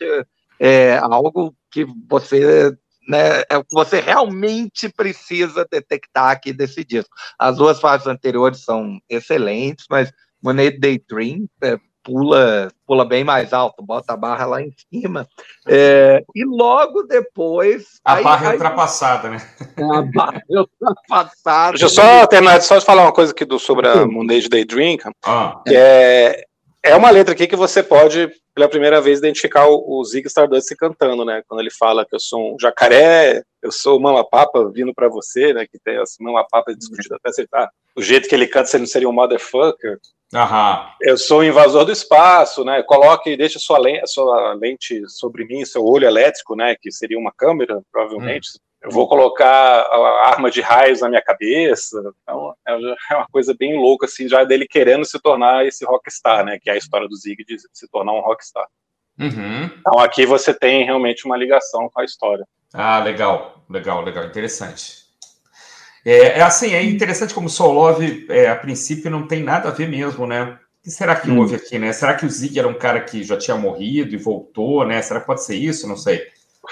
é, algo que você, né, é o que você realmente precisa detectar aqui desse disco. As duas fases anteriores são excelentes, mas Monet Daydream é, pula, pula bem mais alto, bota a barra lá em cima. É, e logo depois... A aí, barra é aí, ultrapassada, né? A barra é ultrapassada. Deixa eu só terminar, só falar uma coisa aqui do, sobre a Monet Daydream, ah. que é, é uma letra aqui que você pode, pela primeira vez, identificar o, o Ziggy Stardust cantando, né? Quando ele fala que eu sou um jacaré, eu sou o Mama Papa vindo pra você, né? Que tem assim, Mama Papa discutido até acertar. O jeito que ele canta, se ele não seria um motherfucker. Aham. Eu sou o invasor do espaço, né? Coloque, deixe sua lente, sua lente sobre mim, seu olho elétrico, né? Que seria uma câmera, provavelmente. Hum. Eu vou colocar a arma de raios na minha cabeça. Então, é uma coisa bem louca, assim, já dele querendo se tornar esse rockstar, né? Que é a história do Ziggy de se tornar um rockstar. Uhum. Então, aqui você tem realmente uma ligação com a história. Ah, legal, legal, legal, interessante. É, é assim, é interessante como Soul Love, é, a princípio, não tem nada a ver mesmo, né? O que será que hum. houve aqui, né? Será que o Ziggy era um cara que já tinha morrido e voltou, né? Será que pode ser isso? Não sei.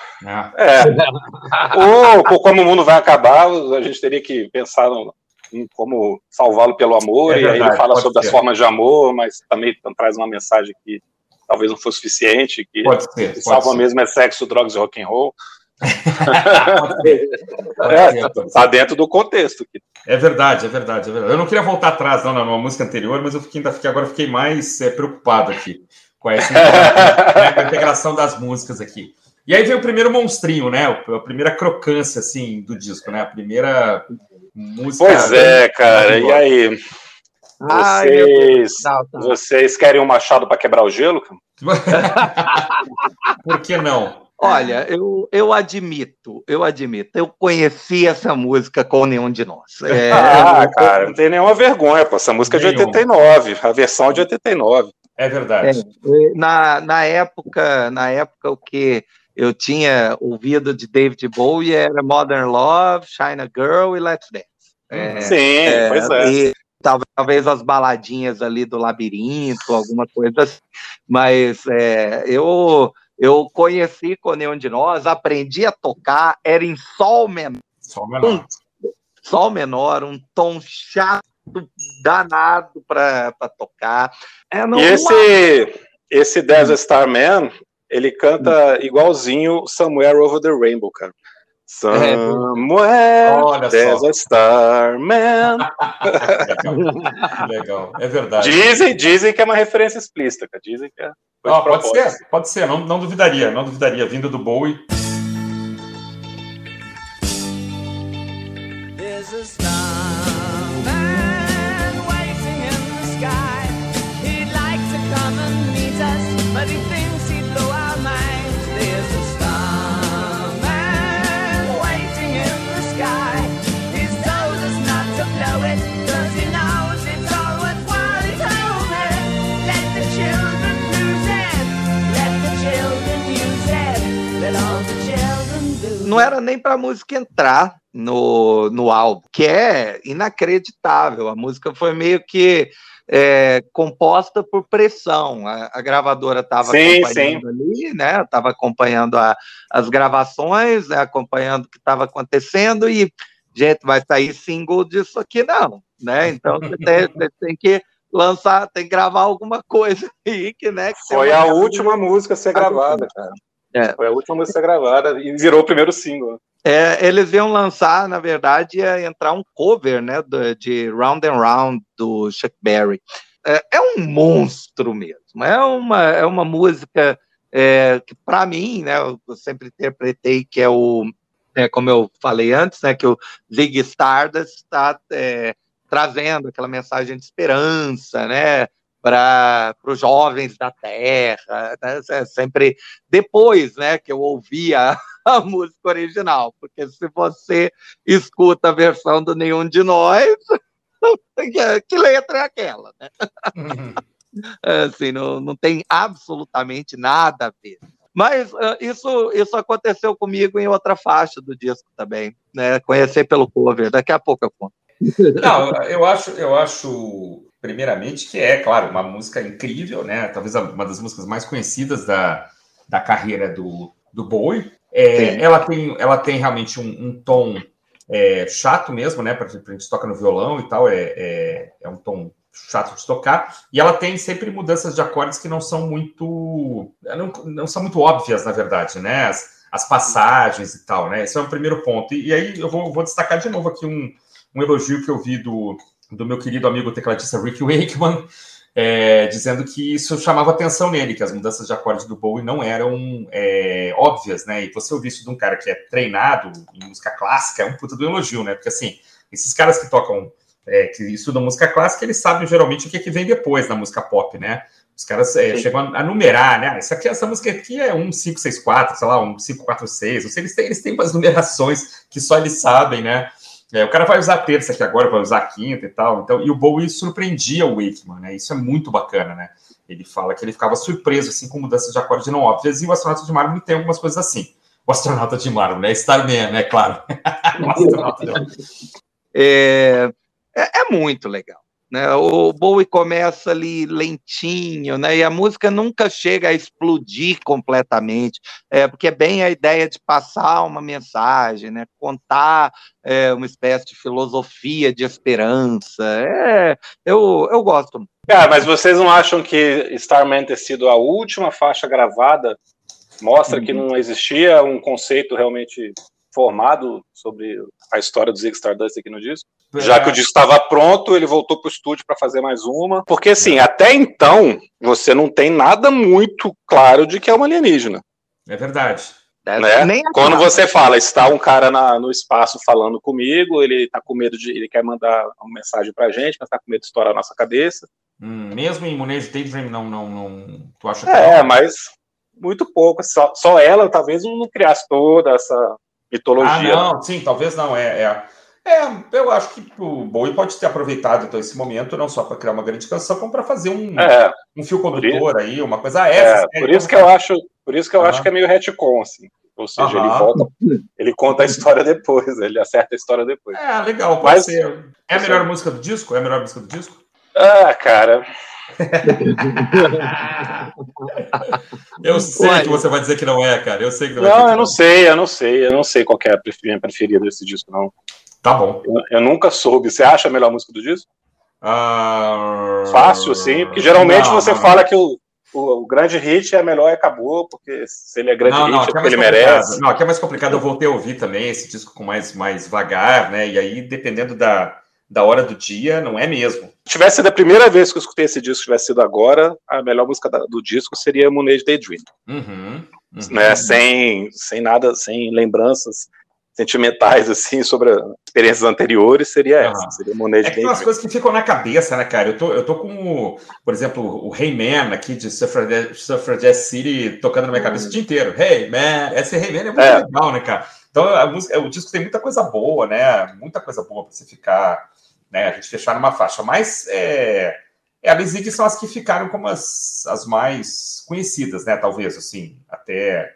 É. Ou, ou como o mundo vai acabar, a gente teria que pensar no, em como salvá-lo pelo amor, é verdade, e aí ele fala sobre ser. as formas de amor, mas também traz uma mensagem que talvez não fosse suficiente, que pode ser, o que salva ser. mesmo é sexo, drogas e rock and roll. Está dentro do contexto. É verdade, é verdade, é verdade. Eu não queria voltar atrás não, na música anterior, mas eu fiquei, ainda fiquei, agora fiquei mais é, preocupado aqui com essa integração, né, com a integração das músicas aqui. E aí vem o primeiro monstrinho, né? A primeira crocância, assim, do disco, né? A primeira música... Pois é, cara. E aí? Ai, vocês, não, não. vocês querem um machado para quebrar o gelo? Por que não? Olha, eu, eu admito, eu admito, eu conheci essa música com Nenhum de Nós. É, ah, eu, cara, não tem nenhuma vergonha, pô. Essa música é de oitenta e nove, a versão é de oitenta e nove. É verdade. É, na, na época, na época o que eu tinha ouvido de David Bowie era Modern Love, China Girl e Let's Dance. É, Sim, é, pois é. E talvez as baladinhas ali do Labirinto, alguma coisa assim. Mas é, eu, eu conheci com Nenhum de Nós, aprendi a tocar, era em sol menor. Sol menor. Um, sol menor, um tom chato, danado para tocar. É, não, e esse, esse Desert Star Man, ele canta igualzinho Somewhere Over the Rainbow, cara. Somewhere, there's a star man. Legal. Legal, é verdade. Dizem, dizem que é uma referência explícita, cara. Dizem que é. Oh, pode ser, pode ser, não, não duvidaria, não duvidaria, vindo do Bowie. There's a star man waiting in the sky. He'd like to come and meet us, but he thinks he'd blow our minds. There's a star man waiting in the sky. He's told us not to blow it, cause he knows it's all worthwhile. He told me, let the children lose it, let the children use it, let all the não era nem para a música entrar no, no álbum, que é inacreditável. A música foi meio que é, composta por pressão. A, a gravadora estava acompanhando sim. ali, né? Estava acompanhando a, as gravações, né? Acompanhando o que estava acontecendo e, gente, vai sair single disso aqui não, né? Então você tem, você tem que lançar, tem que gravar alguma coisa aí que, né? Que foi a última música a ser gravada, cara. É. Foi a última música a ser gravada e virou o primeiro single. É, eles iam lançar, na verdade, ia entrar um cover, né, do, de Round and Round, do Chuck Berry. É, é um monstro mesmo, é uma, é uma música é, que, para mim, né, eu sempre interpretei que é o, é, como eu falei antes, né, que o Ziggy Stardust está é, trazendo aquela mensagem de esperança, né, para os jovens da Terra, né? Sempre depois, né, que eu ouvi a, a música original, porque se você escuta a versão do Nenhum de Nós, que letra é aquela, né? Uhum. Assim, não, não tem absolutamente nada a ver. Mas uh, isso, isso aconteceu comigo em outra faixa do disco também, né? Conhecer pelo cover, daqui a pouco eu conto. Não, eu acho, eu acho primeiramente que é, claro, uma música incrível, né? Talvez uma das músicas mais conhecidas da, da carreira do, do Bowie. É, ela, tem, ela tem realmente um, um tom é, chato mesmo, né? Para a gente toca no violão e tal, é, é, é um tom chato de tocar. E ela tem sempre mudanças de acordes que não são muito, não, não são muito óbvias, na verdade, né? As, as passagens e tal, né? Esse é o primeiro ponto. E, e aí eu vou, vou destacar de novo aqui um, um elogio que eu vi do do meu querido amigo tecladista Rick Wakeman, é, dizendo que isso chamava atenção nele, que as mudanças de acorde do Bowie não eram é, óbvias, né? E você ouvir isso de um cara que é treinado em música clássica é um puta do elogio, né? Porque, assim, esses caras que tocam, é, que estudam música clássica, eles sabem geralmente o que, é que vem depois na música pop, né? Os caras é, chegam a numerar, né? Essa, aqui, essa música aqui é um cinco seis quatro, sei lá, um cinco quatro seis, ou seja, eles têm, eles têm umas numerações que só eles sabem, né? É, o cara vai usar a terça aqui agora, vai usar a quinta e tal. Então, e o Bowie surpreendia o Wakeman, né? Isso é muito bacana, né? Ele fala que ele ficava surpreso, assim, com mudanças de acorde não óbvias, e o Astronauta de Mármore tem algumas coisas assim. O Astronauta de Mármore, né? Starman, né? Claro. O Astronauta de Mármore. É, é, é muito legal, né? O Bowie começa ali lentinho, né? E a música nunca chega a explodir completamente, é, porque é bem a ideia de passar uma mensagem, né? Contar é, uma espécie de filosofia de esperança. É, eu, eu gosto. Cara, mas vocês não acham que Starman ter sido a última faixa gravada mostra uhum. que não existia um conceito realmente formado sobre a história do Ziggy Stardust aqui no disco? É. Já que o disco estava pronto, ele voltou para o estúdio para fazer mais uma. Porque, assim, é. até então, você não tem nada muito claro de que é uma alienígena. É verdade. Né? Nem Quando você fala, está um cara na, no espaço falando comigo, ele tá com medo de. Ele quer mandar uma mensagem pra gente, mas tá com medo de estourar a nossa cabeça. Hum, mesmo em Moonage Daydream, não, não, não. Tu acha que É, não? mas muito pouco. Só, só ela talvez não criasse toda essa mitologia. Ah, não, sim, talvez não. É, é, é, eu acho que o Bowie pode ter aproveitado então, esse momento, não só para criar uma grande canção, como para fazer um, é, um fio condutor aí, uma coisa essa. É, por isso que eu acho, por isso que eu uhum. acho que é meio retcon, assim. Ou seja, uhum. ele volta, ele conta a história depois, ele acerta a história depois. É, legal, pode Mas, ser. É a melhor é... música do disco? É a melhor música do disco? Ah, cara. Eu sei Ué. que você vai dizer que não é, cara. Eu sei que não, não vai eu não não sei, eu não sei. Eu não sei qual que é a minha preferida desse disco, não. Tá bom. Eu, eu nunca soube. Você acha a melhor música do disco? Uh... Fácil, sim. Porque geralmente não, você não. fala que o, o, o grande hit é melhor e acabou, porque se ele é grande não, hit não, é porque é ele complicado. merece. Não, aqui é mais complicado. Eu voltei a ouvir também esse disco com mais, mais vagar, né? E aí, dependendo da, da hora do dia, não é mesmo. Se tivesse sido a primeira vez que eu escutei esse disco, tivesse sido agora, a melhor música do disco seria Moonage Daydream. Uhum, uhum. Né? Sem, sem nada, sem lembranças sentimentais, assim, sobre experiências anteriores, seria essa. Uhum. Seria Moonage Daydream. É que tem umas coisas que ficam na cabeça, né, cara? Eu tô, eu tô com, o, por exemplo, o Hey Man aqui de Suffragette, Suffragette City tocando na minha cabeça uhum. o dia inteiro. Hey Man! Esse Hey Man é muito é. legal, né, cara? Então, a música, o disco tem muita coisa boa, né? Muita coisa boa pra você ficar... Né, a gente fechar numa faixa, mas é, é, a Ziggy são as que ficaram como as, as mais conhecidas, né, talvez, assim, até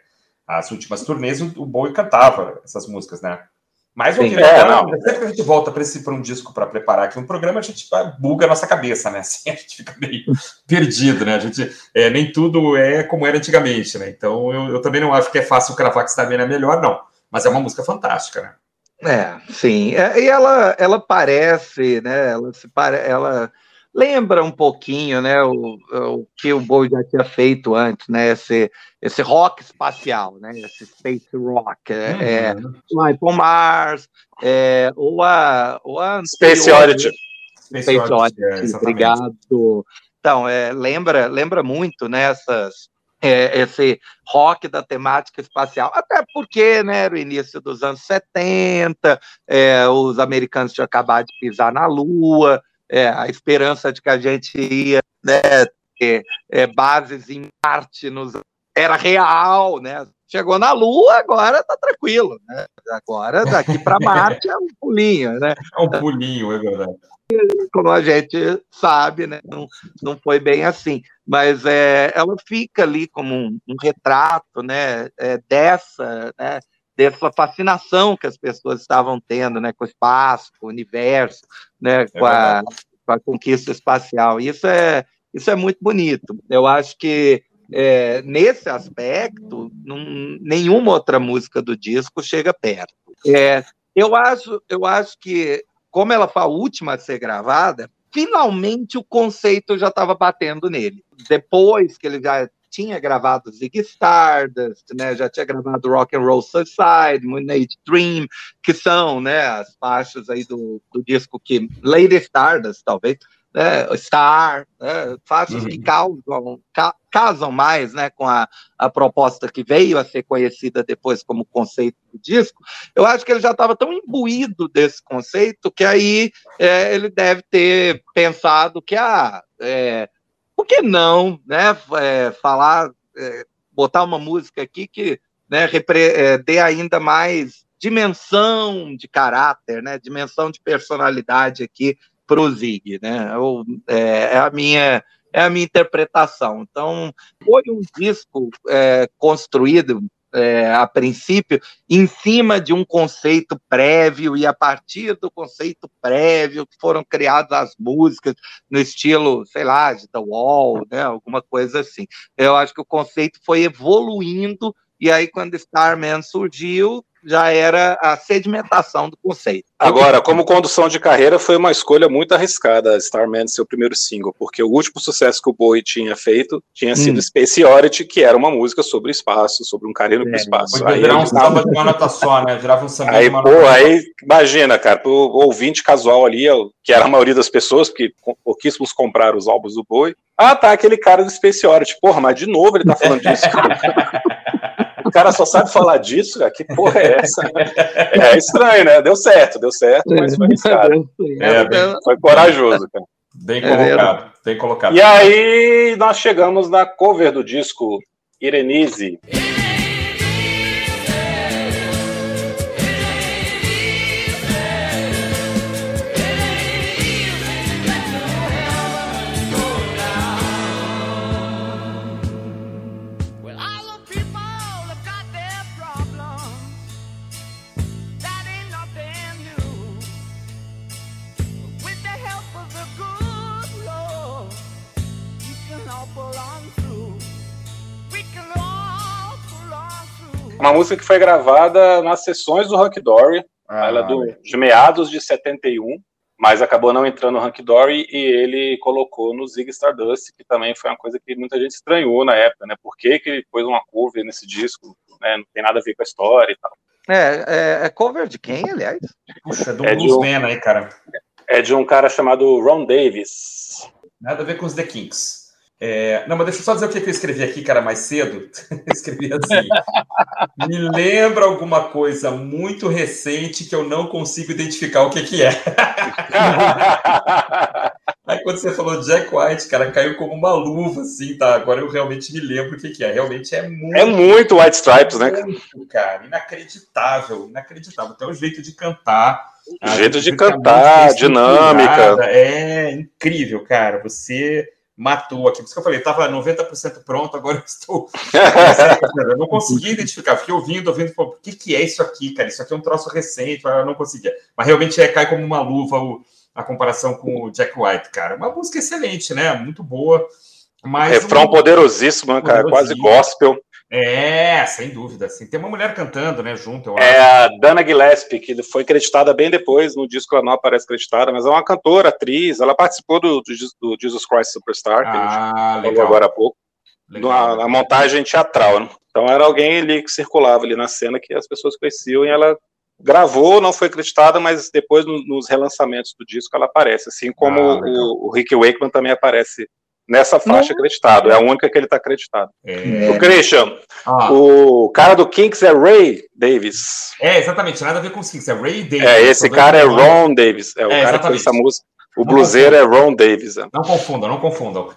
as últimas turnês, o, o Bowie cantava essas músicas, né? Mas ouvindo é, agora, não. sempre que a gente volta para um disco para preparar aqui um programa, a gente buga a nossa cabeça, né? Assim, a gente fica meio perdido, né? A gente, é, nem tudo é como era antigamente, né? Então eu, eu também não acho que é fácil cravar que Starman é melhor, não. Mas é uma música fantástica, né? É, sim. É, e ela, ela parece, né? Ela se pare... ela lembra um pouquinho, né? O, o que o Bowie já tinha feito antes, né? Esse, esse rock espacial, né? Esse space rock, é, Uhum. é, Life on Mars, é, ou a, ou a Space Oddity. Space Oddity, é, obrigado. Então, é, lembra, lembra muito, né? Essas É, esse rock da temática espacial, até porque, né, era o início dos anos setenta, é, os americanos tinham acabado de pisar na Lua, é, a esperança de que a gente ia, né, ter é, bases em Marte nos, era real, né? Chegou na Lua, agora tá tranquilo, né? Agora daqui para Marte é um pulinho, né? É um pulinho, é verdade. Como a gente sabe, né? não, não foi bem assim, mas é, ela fica ali como um, um retrato, né, é, dessa, né, dessa fascinação que as pessoas estavam tendo, né, com o espaço, com o universo, né, com, É a, com a conquista espacial. Isso é, isso é muito bonito. Eu acho que é, nesse aspecto, não, nenhuma outra música do disco chega perto. É, eu acho, eu acho que como ela foi a última a ser gravada, finalmente o conceito já estava batendo nele. Depois que ele já tinha gravado Ziggy Stardust, né, já tinha gravado Rock and Roll Suicide, Moon Age Dream, que são, né, as faixas aí do, do disco que Lady Stardust, talvez, né, Star, né, faixas uhum. que causam, ca, casam mais, né, com a, a proposta que veio a ser conhecida depois como conceito do disco. Eu acho que ele já estava tão imbuído desse conceito que aí é, ele deve ter pensado que, ah, é, por que não, né, é, falar, é, botar uma música aqui que, né, repre, é, dê ainda mais dimensão de caráter, né, dimensão de personalidade aqui para o Zig, né? Eu, é, é, a minha, é a minha interpretação. Então, foi um disco é, construído, é, a princípio, em cima de um conceito prévio, e a partir do conceito prévio que foram criadas as músicas no estilo, sei lá, de The Wall, né? Alguma coisa assim. Eu acho que o conceito foi evoluindo, e aí, quando Starman surgiu, já era a sedimentação do conceito. Agora, como condução de carreira, foi uma escolha muito arriscada, Starman, seu primeiro single, porque o último sucesso que o Bowie tinha feito tinha sido hum. Space Oddity, que era uma música sobre espaço, sobre um cara indo é, pro espaço. Podia virar um samba de uma nota só, né? Virava um samba aí, de uma pô, nota aí, só. Imagina, cara, pro ouvinte casual ali, que era a maioria das pessoas, porque pouquíssimos compraram os álbuns do Bowie. Ah, tá, aquele cara do Space Oddity. Porra, mas de novo ele tá falando disso. O cara só sabe falar disso, cara. Que porra é essa? É estranho, né? Deu certo, deu certo, mas foi arriscado. É, bem, foi corajoso, cara. Bem colocado, é bem colocado. E aí nós chegamos na cover do disco Irenise. Uma música que foi gravada nas sessões do Hunky Dory, ah, ela é do, de meados de setenta e um, mas acabou não entrando no Hunky Dory e ele colocou no Ziggy Stardust, que também foi uma coisa que muita gente estranhou na época, né? Por que que ele pôs uma cover nesse disco, né? Não tem nada a ver com a história e tal. É, é, é cover de quem, aliás? Puxa, do é Bluesman um, aí, cara. É de um cara chamado Ron Davis. Nada a ver com os The Kinks. É, não, mas deixa eu só dizer o que eu escrevi aqui, cara, mais cedo. Eu escrevi assim: me lembra alguma coisa muito recente que eu não consigo identificar o que, que é. Aí quando você falou Jack White, cara, caiu como uma luva, assim, tá? Agora eu realmente me lembro o que, que é. Realmente é muito... É muito White Stripes, né? Muito, cara. Inacreditável, inacreditável. Até o jeito de cantar. O jeito de cantar, dinâmica. É incrível, cara. Você... matou aqui. Por isso que eu falei, estava noventa por cento pronto, agora eu estou... eu não conseguia identificar, fiquei ouvindo, ouvindo, falei, o que, que é isso aqui, cara? Isso aqui é um troço recente, eu não conseguia. Mas realmente é, cai como uma luva o, a comparação com o Jack White, cara. Uma música excelente, né? Muito boa. Mas refrão um... poderosíssimo, né, cara? Quase gospel. É, sem dúvida. Assim. Tem uma mulher cantando, né, junto. Eu é acho. a Dana Gillespie, que foi creditada bem depois, no disco ela não aparece creditada, mas é uma cantora, atriz, ela participou do, do, do Jesus Christ Superstar, que ah, a gente legal. falou agora há pouco, legal, na montagem teatral, né? Então era alguém ali que circulava ali na cena que as pessoas conheciam, e ela gravou, não foi creditada, mas depois no, nos relançamentos do disco ela aparece, assim como ah, o, o Rick Wakeman também aparece nessa faixa acreditado, é a única que ele está acreditado. É. O Christian, ah. o cara do Kinks é Ray Davis. É, exatamente, nada a ver com os Kinks, é Ray Davis. É, esse cara é Ron Davis, é o é, cara exatamente. que fez essa música. O não bluseiro confundam. é Ron Davis. É. Não confundam, não confundam.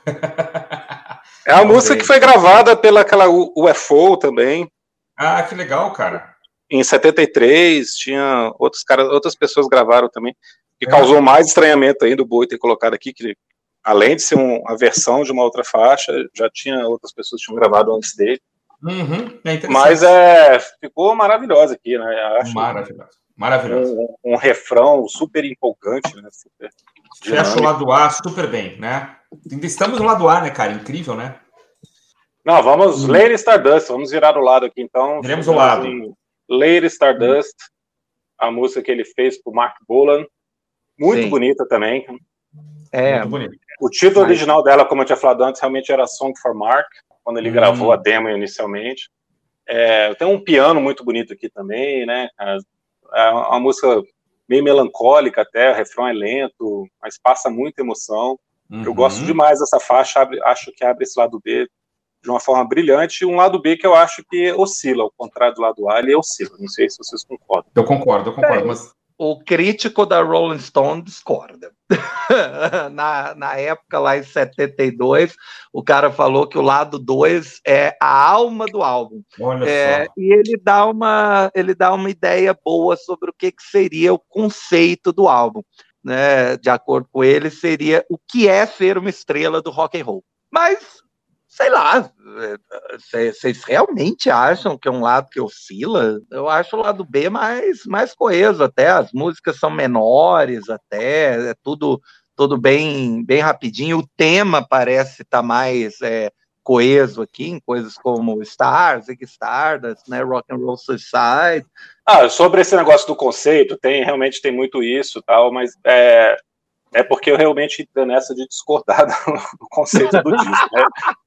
É a música que foi gravada pela aquela U F O também. Ah, que legal, cara. Em setenta e três, tinha outros caras, outras pessoas gravaram também, que é. causou mais estranhamento ainda o Bowie ter colocado aqui, que além de ser um, a versão de uma outra faixa, já tinha outras pessoas que tinham gravado antes dele. Uhum, é Mas é, ficou maravilhosa aqui, né? Acho maravilhoso. Maravilhoso. Um, um refrão super empolgante, né? Super fecha o lado A super bem, né? Ainda estamos no lado A, né, cara? Incrível, né? Não, vamos hum. Lady Stardust, vamos virar o lado aqui, então. Viremos o lado. Lady Stardust, hum. a música que ele fez pro Mark Bolan. Muito Sim. bonita também. É, muito bonito. O título Mas... original dela, como eu tinha falado antes, realmente era Song for Mark, quando ele hum. gravou a demo inicialmente. É, tem um piano muito bonito aqui também, né? É uma música meio melancólica até, o refrão é lento, mas passa muita emoção. Uhum. Eu gosto demais dessa faixa, abre, acho que abre esse lado B de uma forma brilhante, e um lado B que eu acho que oscila, ao contrário do lado A, ele oscila. Não sei se vocês concordam. Eu concordo, eu concordo, é. mas... O crítico da Rolling Stone discorda. na, na época, lá em setenta e dois, o cara falou que o lado dois é a alma do álbum. Olha é, só. E ele dá, uma, ele dá uma ideia boa sobre o que, que seria o conceito do álbum. Né? De acordo com ele, seria o que é ser uma estrela do rock and roll. Mas, sei lá, vocês realmente acham que é um lado que oscila? Eu acho o lado B mais, mais coeso até, as músicas são menores até, é tudo, tudo bem, bem rapidinho, o tema parece estar tá mais é, coeso aqui, em coisas como Stars, Ziggy Stardust, né, Rock and Roll Suicide. Ah, sobre esse negócio do conceito, tem, realmente tem muito isso, tal, mas é... É porque eu realmente entro nessa de discordar do conceito do disco, né?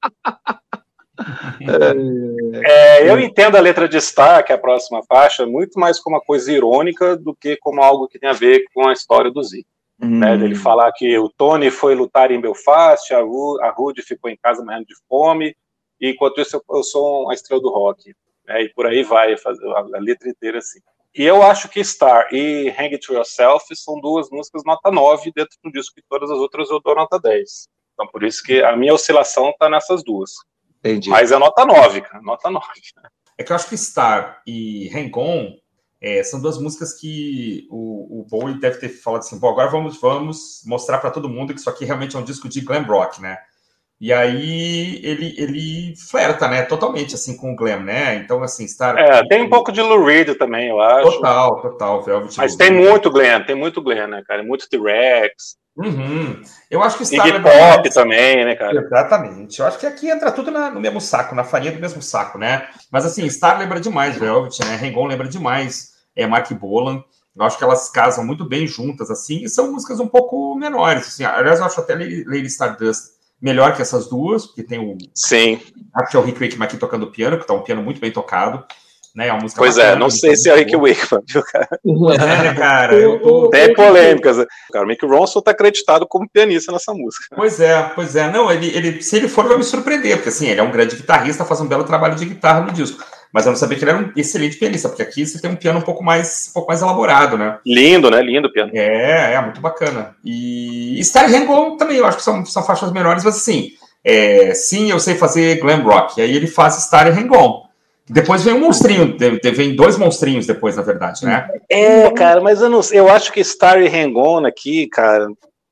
É, eu entendo a letra de Star, que é a próxima faixa, muito mais como uma coisa irônica do que como algo que tem a ver com a história do Zig. Hum. Né? Ele falar que o Tony foi lutar em Belfast, a, Ru, a Rudy ficou em casa morrendo de fome, e enquanto isso eu, eu sou uma estrela do rock. Né? E por aí vai a, a letra inteira assim. E eu acho que Star e Hang It To Yourself são duas músicas nota nove dentro do disco, e todas as outras eu dou nota dez. Então por isso que a minha oscilação está nessas duas. Entendi. Mas é nota nove, cara, nota nove. É que eu acho que Star e Hang On é, são duas músicas que o, o Bowie deve ter falado assim, bom, agora vamos, vamos mostrar para todo mundo que isso aqui realmente é um disco de glam rock, né? E aí ele, ele flerta, né, totalmente, assim, com o glam, né? Então, assim, Star... É, tem um pouco de Lou Reed também, eu acho. Total, total. Velvet Mas tem muito glam, tem muito glam, né, cara? Muito T-Rex. Uhum. Eu acho que Star... Iggy Pop mais... também, né, cara? Exatamente. Eu acho que aqui entra tudo na, no mesmo saco, na farinha do mesmo saco, né? Mas, assim, Star lembra demais Velvet, né? Hang On lembra demais é, Mark Bolan. Eu acho que elas casam muito bem juntas, assim, e são músicas um pouco menores, assim. Aliás, eu acho até Lady Stardust melhor que essas duas, porque tem o... Sim. Acho que é o Rick Wakeman aqui tocando piano, que tá um piano muito bem tocado. Né? É uma música pois bacana, é, não sei se é o Rick Wakeman, viu, cara? É, né, cara? Eu tô... Tem polêmicas. Cara, o Mick Ronson tá acreditado como pianista nessa música. Pois é, pois é. Não, ele, ele, se ele for, vai me surpreender, porque assim, ele é um grande guitarrista, faz um belo trabalho de guitarra no disco. Mas eu não sabia que ele era um excelente pianista, porque aqui você tem um piano um pouco mais, um pouco mais elaborado, né? Lindo, né? Lindo o piano. É, é, muito bacana. E Star e Hang On também, eu acho que são, são faixas menores, mas assim, é, sim, eu sei fazer glam rock. E aí ele faz Star e Hang On. Depois vem um monstrinho, vem dois monstrinhos depois, na verdade, né? É, cara, mas eu não sei, eu acho que Star e Hang On aqui, cara,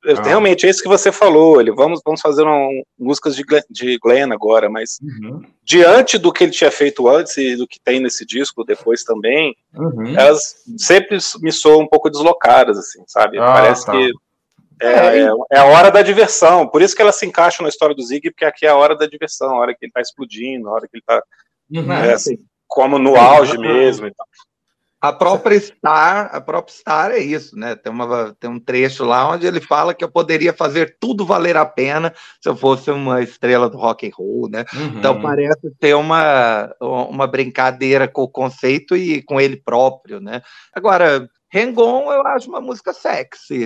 ah. realmente é isso que você falou. Ele, vamos, vamos fazer uma, um, músicas de Glenn, de Glenn agora, mas uhum. diante do que ele tinha feito antes e do que tem nesse disco depois também, uhum. elas sempre me soam um pouco deslocadas, assim, sabe? Ah, Parece tá. que é, é, é a hora da diversão. Por isso que elas se encaixam na história do Zig, porque aqui é a hora da diversão, a hora que ele tá explodindo, a hora que ele tá uhum. é, assim, como no auge mesmo. Então. A própria Star, a própria Star é isso, né? Tem, uma, tem um trecho lá onde ele fala que eu poderia fazer tudo valer a pena se eu fosse uma estrela do rock and roll, né? Uhum. Então parece ter uma, uma brincadeira com o conceito e com ele próprio, né? Agora, Hang On eu acho uma música sexy.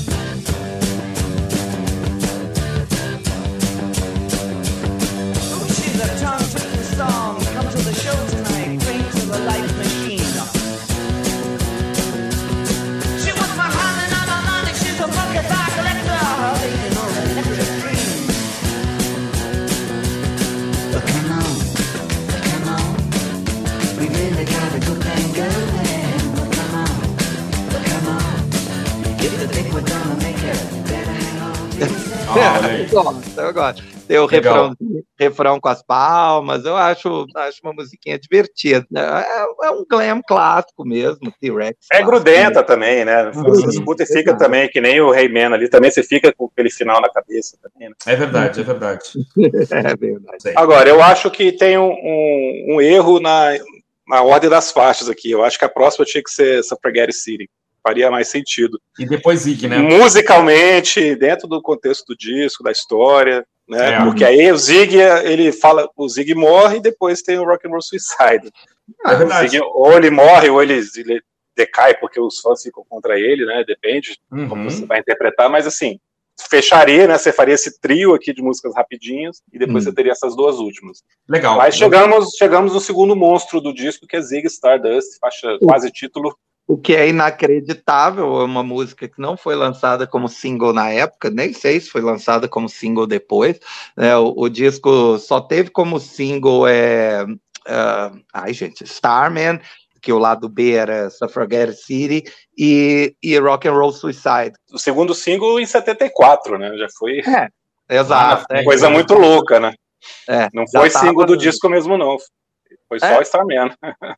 Ah, eu gosto, eu gosto. Tem o refrão, refrão com as palmas, eu acho, acho uma musiquinha divertida. É, é um glam clássico mesmo, T-Rex. É grudenta também, né? Você escuta e fica também, que nem o Rayman ali, também você fica com aquele final na cabeça também, né? É verdade, é verdade. É verdade. Agora, eu acho que tem um, um, um erro na, na ordem das faixas aqui. Eu acho que a próxima tinha que ser Spaghetti City. Faria mais sentido. E depois Zig, né? Musicalmente, dentro do contexto do disco, da história, né? É. Porque aí o Zig, ele fala, o Zig morre e depois tem o Rock and Roll Suicide. É verdade. Zig, ou ele morre, ou ele, ele decai porque os fãs ficam contra ele, né? Depende uhum. como você vai interpretar, mas assim, fecharia, né? Você faria esse trio aqui de músicas rapidinhas e depois hum. você teria essas duas últimas. Legal. Mas chegamos, chegamos no segundo monstro do disco, que é Zig Stardust, faixa quase título. O que é inacreditável, é uma música que não foi lançada como single na época, nem sei se foi lançada como single depois. Né? O, o disco só teve como single, é, uh, ai gente, Starman, que o lado B era Suffragette City, e, e Rock and Roll Suicide. O segundo single em setenta e quatro, né? Já foi... É, exato. Uma coisa é, muito louca, né? É, não foi single do disco mesmo, não. Foi só é. Starman.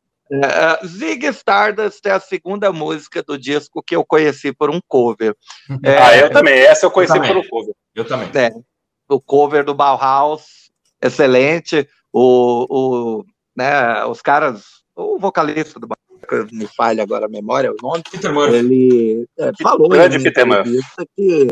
Uh, Zig Stardust é a segunda música do disco que eu conheci por um cover. É, ah, eu também. Essa eu conheci eu por um cover. Eu também. É, o cover do Bauhaus, excelente. O, o, né, os caras, o vocalista do Bauhaus, me falha agora a memória, o nome, Peter Murphy. Ele é, falou grande Peter Murphy. Que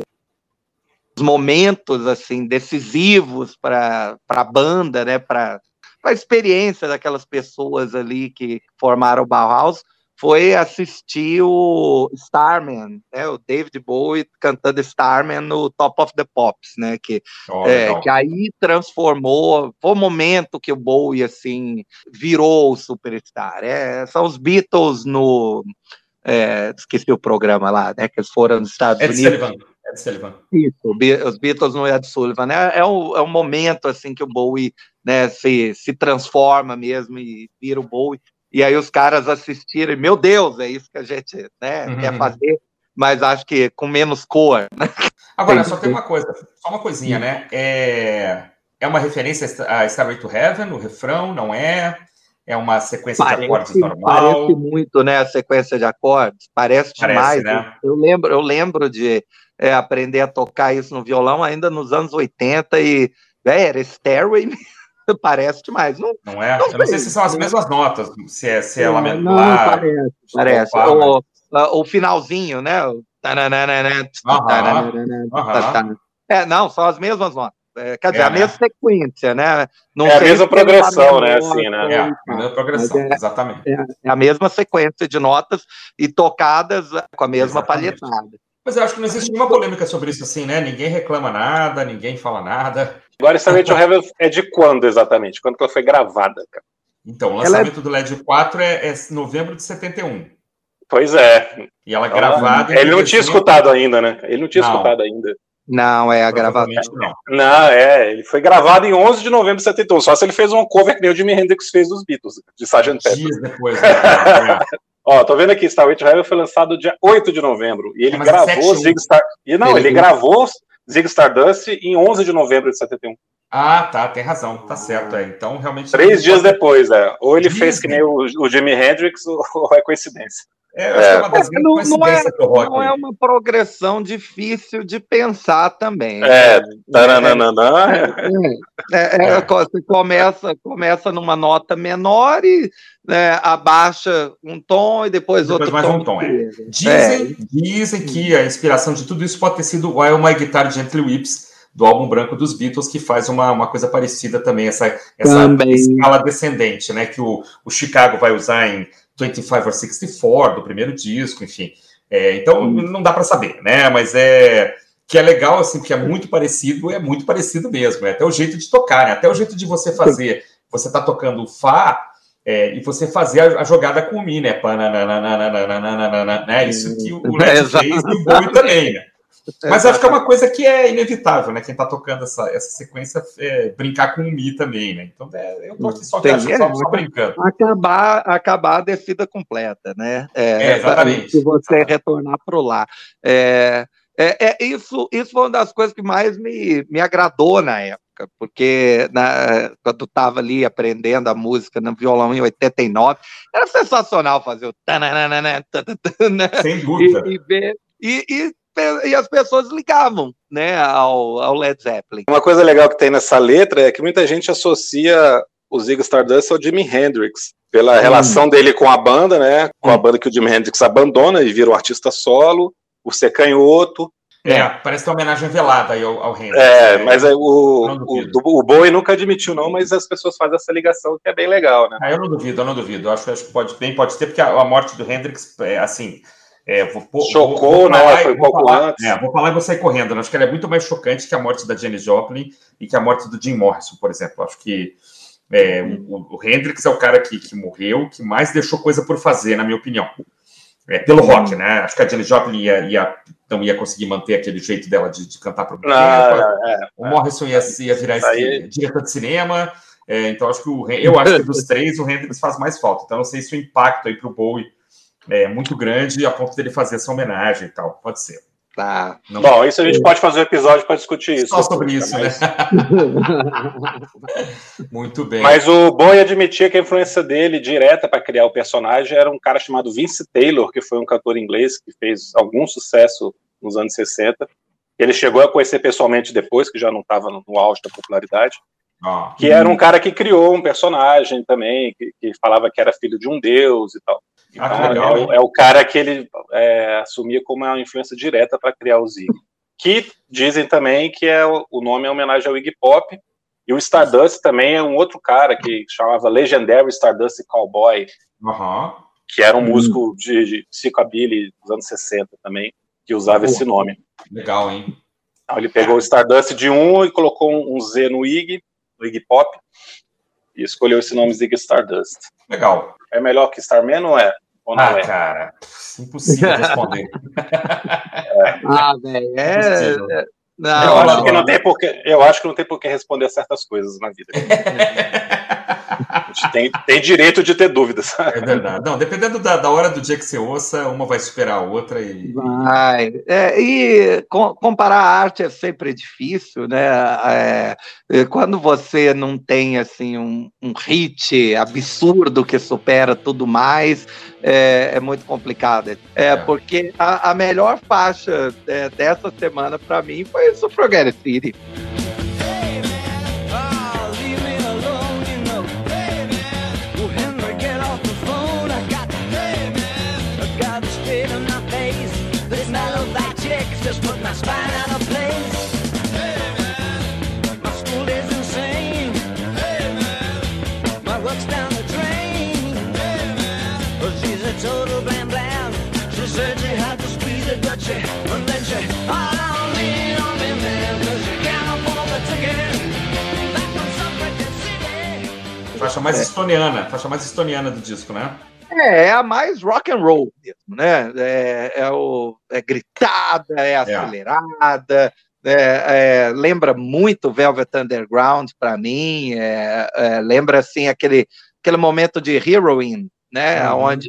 os momentos assim decisivos para a banda, né, para a experiência daquelas pessoas ali que formaram o Bauhaus, foi assistir o Starman, né, o David Bowie cantando Starman no Top of the Pops, né, que, oh, é, que aí transformou, foi o momento que o Bowie, assim, virou o superstar. É, são os Beatles no... É, esqueci o programa lá, né, que eles foram nos Estados Ed Unidos. Sullivan. Ed Sullivan. Isso, os Beatles no Ed Sullivan, né? É um, é um momento assim que o Bowie, né, se, se transforma mesmo e vira o Bowie, e aí os caras assistiram, meu Deus, é isso que a gente, né, uhum. quer fazer, mas acho que com menos cor. Né? Agora, só tem uma coisa, só uma coisinha, né? É, é uma referência a Stairway to Heaven, o refrão, não é? É uma sequência parece, de acordes normal? Parece muito, né, a sequência de acordes, parece, parece demais. Né? Eu, eu, lembro, eu lembro de é, aprender a tocar isso no violão ainda nos anos oitenta e, é, era Stairway, parece demais. Não, não é? Não eu não sei se são as mesmas notas, se é, se é não, lamentar. Não, parece, parece. O, o finalzinho, né? O... É, não, são as mesmas notas. É, quer dizer, é, a mesma né? sequência, né? Não é a mesma progressão, né? Assim, né? É, a mesma progressão, é, exatamente. É, é a mesma sequência de notas e tocadas com a mesma exatamente. palhetada. Mas eu acho que não existe nenhuma polêmica sobre isso assim, né? Ninguém reclama nada, ninguém fala nada. Agora, Stairway to Heaven é de quando exatamente? Quando que ela foi gravada, cara? Então, o lançamento é... do L E D quatro é, é novembro de setenta e um. Pois é. E ela é gravada... Ele não tinha escutado ainda, né? Ele não tinha não. escutado ainda. Não, é a gravação. Não. não, é. Ele foi gravado em onze de novembro de setenta e um. Só se ele fez um cover que nem o Jimi Hendrix fez dos Beatles, de sargento Pepper. Dias depois. Né? Ó, tô vendo aqui, Starway to Heaven foi lançado dia oito de novembro. E ele é, gravou Zig Star... E não, ele, ele gravou Zig Stardust em onze de novembro de setenta e um. Ah, tá, tem razão, tá certo. É. Então, realmente... Três dias pode... depois, é. Ou ele Disney. fez que nem o, o Jimi Hendrix, ou é coincidência. É, eu acho é. que é uma das grandes não, não, é, do rock. Não é uma progressão difícil de pensar também. É, tarananana. É, é, é, é. Você começa, começa numa nota menor e né, abaixa um tom e depois, depois outro mais tom. um tom, é. Dizem, é. dizem que a inspiração de tudo isso pode ter sido While My Guitar Gently Weeps, do álbum branco dos Beatles, que faz uma, uma coisa parecida também, essa, essa escala descendente, né, que o, o Chicago vai usar em vinte e cinco or sessenta e quatro, do primeiro disco, enfim. É, então, hum. não dá para saber, né, mas é que é legal, assim, porque é muito parecido, é muito parecido mesmo, é até o jeito de tocar, né, até o jeito de você fazer, você tá tocando Fá, é, e você fazer a, a jogada com o Mi, né, né, isso que o Led fez e o Bowie também, né. Mas acho que é uma coisa que é inevitável, né? Quem tá tocando essa, essa sequência é brincar com o Mi também, né? Então é, eu tô aqui só, Tem, é, só, só brincando. Acabar, acabar a descida completa, né? É, é exatamente. Se você exatamente. retornar pro lá. É, é, é, isso, isso foi uma das coisas que mais me, me agradou na época, porque na, quando eu estava ali aprendendo a música no violão em oitenta e nove, era sensacional fazer o tananana, tananana, sem dúvida. E, e ver. E, e E as pessoas ligavam, né, ao, ao Led Zeppelin. Uma coisa legal que tem nessa letra é que muita gente associa o Zig Stardust ao Jimi Hendrix, pela hum. relação dele com a banda, né, com hum. a banda que o Jimi Hendrix abandona e vira um artista solo, por ser canhoto. É, é, parece uma homenagem velada aí ao, ao Hendrix. É, né? Mas é, o, o, o Bowie nunca admitiu não, mas as pessoas fazem essa ligação que é bem legal, né. Ah, eu não duvido, eu não duvido. Eu acho, acho que pode, bem pode ter, porque a, a morte do Hendrix, é assim... É, vou, Chocou, vou, vou não, foi pouco falar, antes. É, vou falar e vou sair correndo. Acho que ela é muito mais chocante que a morte da Janis Joplin e que a morte do Jim Morrison, por exemplo. Acho que é, o, o Hendrix é o cara que, que morreu, que mais deixou coisa por fazer, na minha opinião. É, pelo rock, né? Acho que a Janis Joplin ia, ia, não ia conseguir manter aquele jeito dela de, de cantar para o tempo. Ah, é, o Morrison ia, ia virar esse, diretor de cinema. É, então, acho que o, eu acho que dos três, o Hendrix faz mais falta. Então, não sei se o impacto aí para o Bowie é muito grande a ponto dele fazer essa homenagem e tal. Pode ser. Tá. Não Bom, isso a gente pode fazer um episódio para discutir isso. Só sobre isso, mas... né? Muito bem. Mas o Bowie admitia que a influência dele direta para criar o personagem era um cara chamado Vince Taylor, que foi um cantor inglês que fez algum sucesso nos anos sessenta. Ele chegou a conhecer pessoalmente depois, que já não estava no auge da popularidade. Ah, que hum. era um cara que criou um personagem também, que, que falava que era filho de um deus e tal. Então, ah, legal, é, é o cara que ele é, assumia como uma influência direta para criar o Zig. Que dizem também que é o, o nome é homenagem ao Iggy Pop. E o Stardust também é um outro cara que chamava Legendary Stardust Cowboy, uhum. que era um músico de, de psychobilly dos anos sessenta também, que usava uhum. esse nome. Legal, hein? Então, ele pegou o Stardust de um e colocou um Z no Iggy, no Iggy Pop, e escolheu esse nome Zig Stardust. Legal. É melhor que Starman ou é? Ou não ah, é? cara, impossível responder. é. Ah, velho, é... Não, eu, acho que não tem porque, eu acho que não tem por que responder certas coisas na vida. A gente tem, tem direito de ter dúvidas. É verdade. Não, dependendo da, da hora do dia que você ouça, uma vai superar a outra. E, vai. É, e com, comparar a arte é sempre difícil, né? É, quando você não tem assim, um, um hit absurdo que supera tudo mais, é, é muito complicado. É, é. Porque a, a melhor faixa é, dessa semana, para mim, foi Suffragette City. Just put my spine out of place. Hey man, my school is insane. Hey man, my work's down the drain. Hey man, well, she's a total blam blam. She said she had to squeeze a Dutchie, and then she all on me, on me man, 'cause she can't afford the ticket. Back from Suffragette City. Faixa mais estoniana, faixa mais estoniana do disco, né? É, é a mais rock and roll mesmo, né? É, é, o, é gritada, é acelerada, é. É, é, lembra muito Velvet Underground para mim, é, é, lembra assim aquele, aquele momento de Heroine, né? Uhum. Onde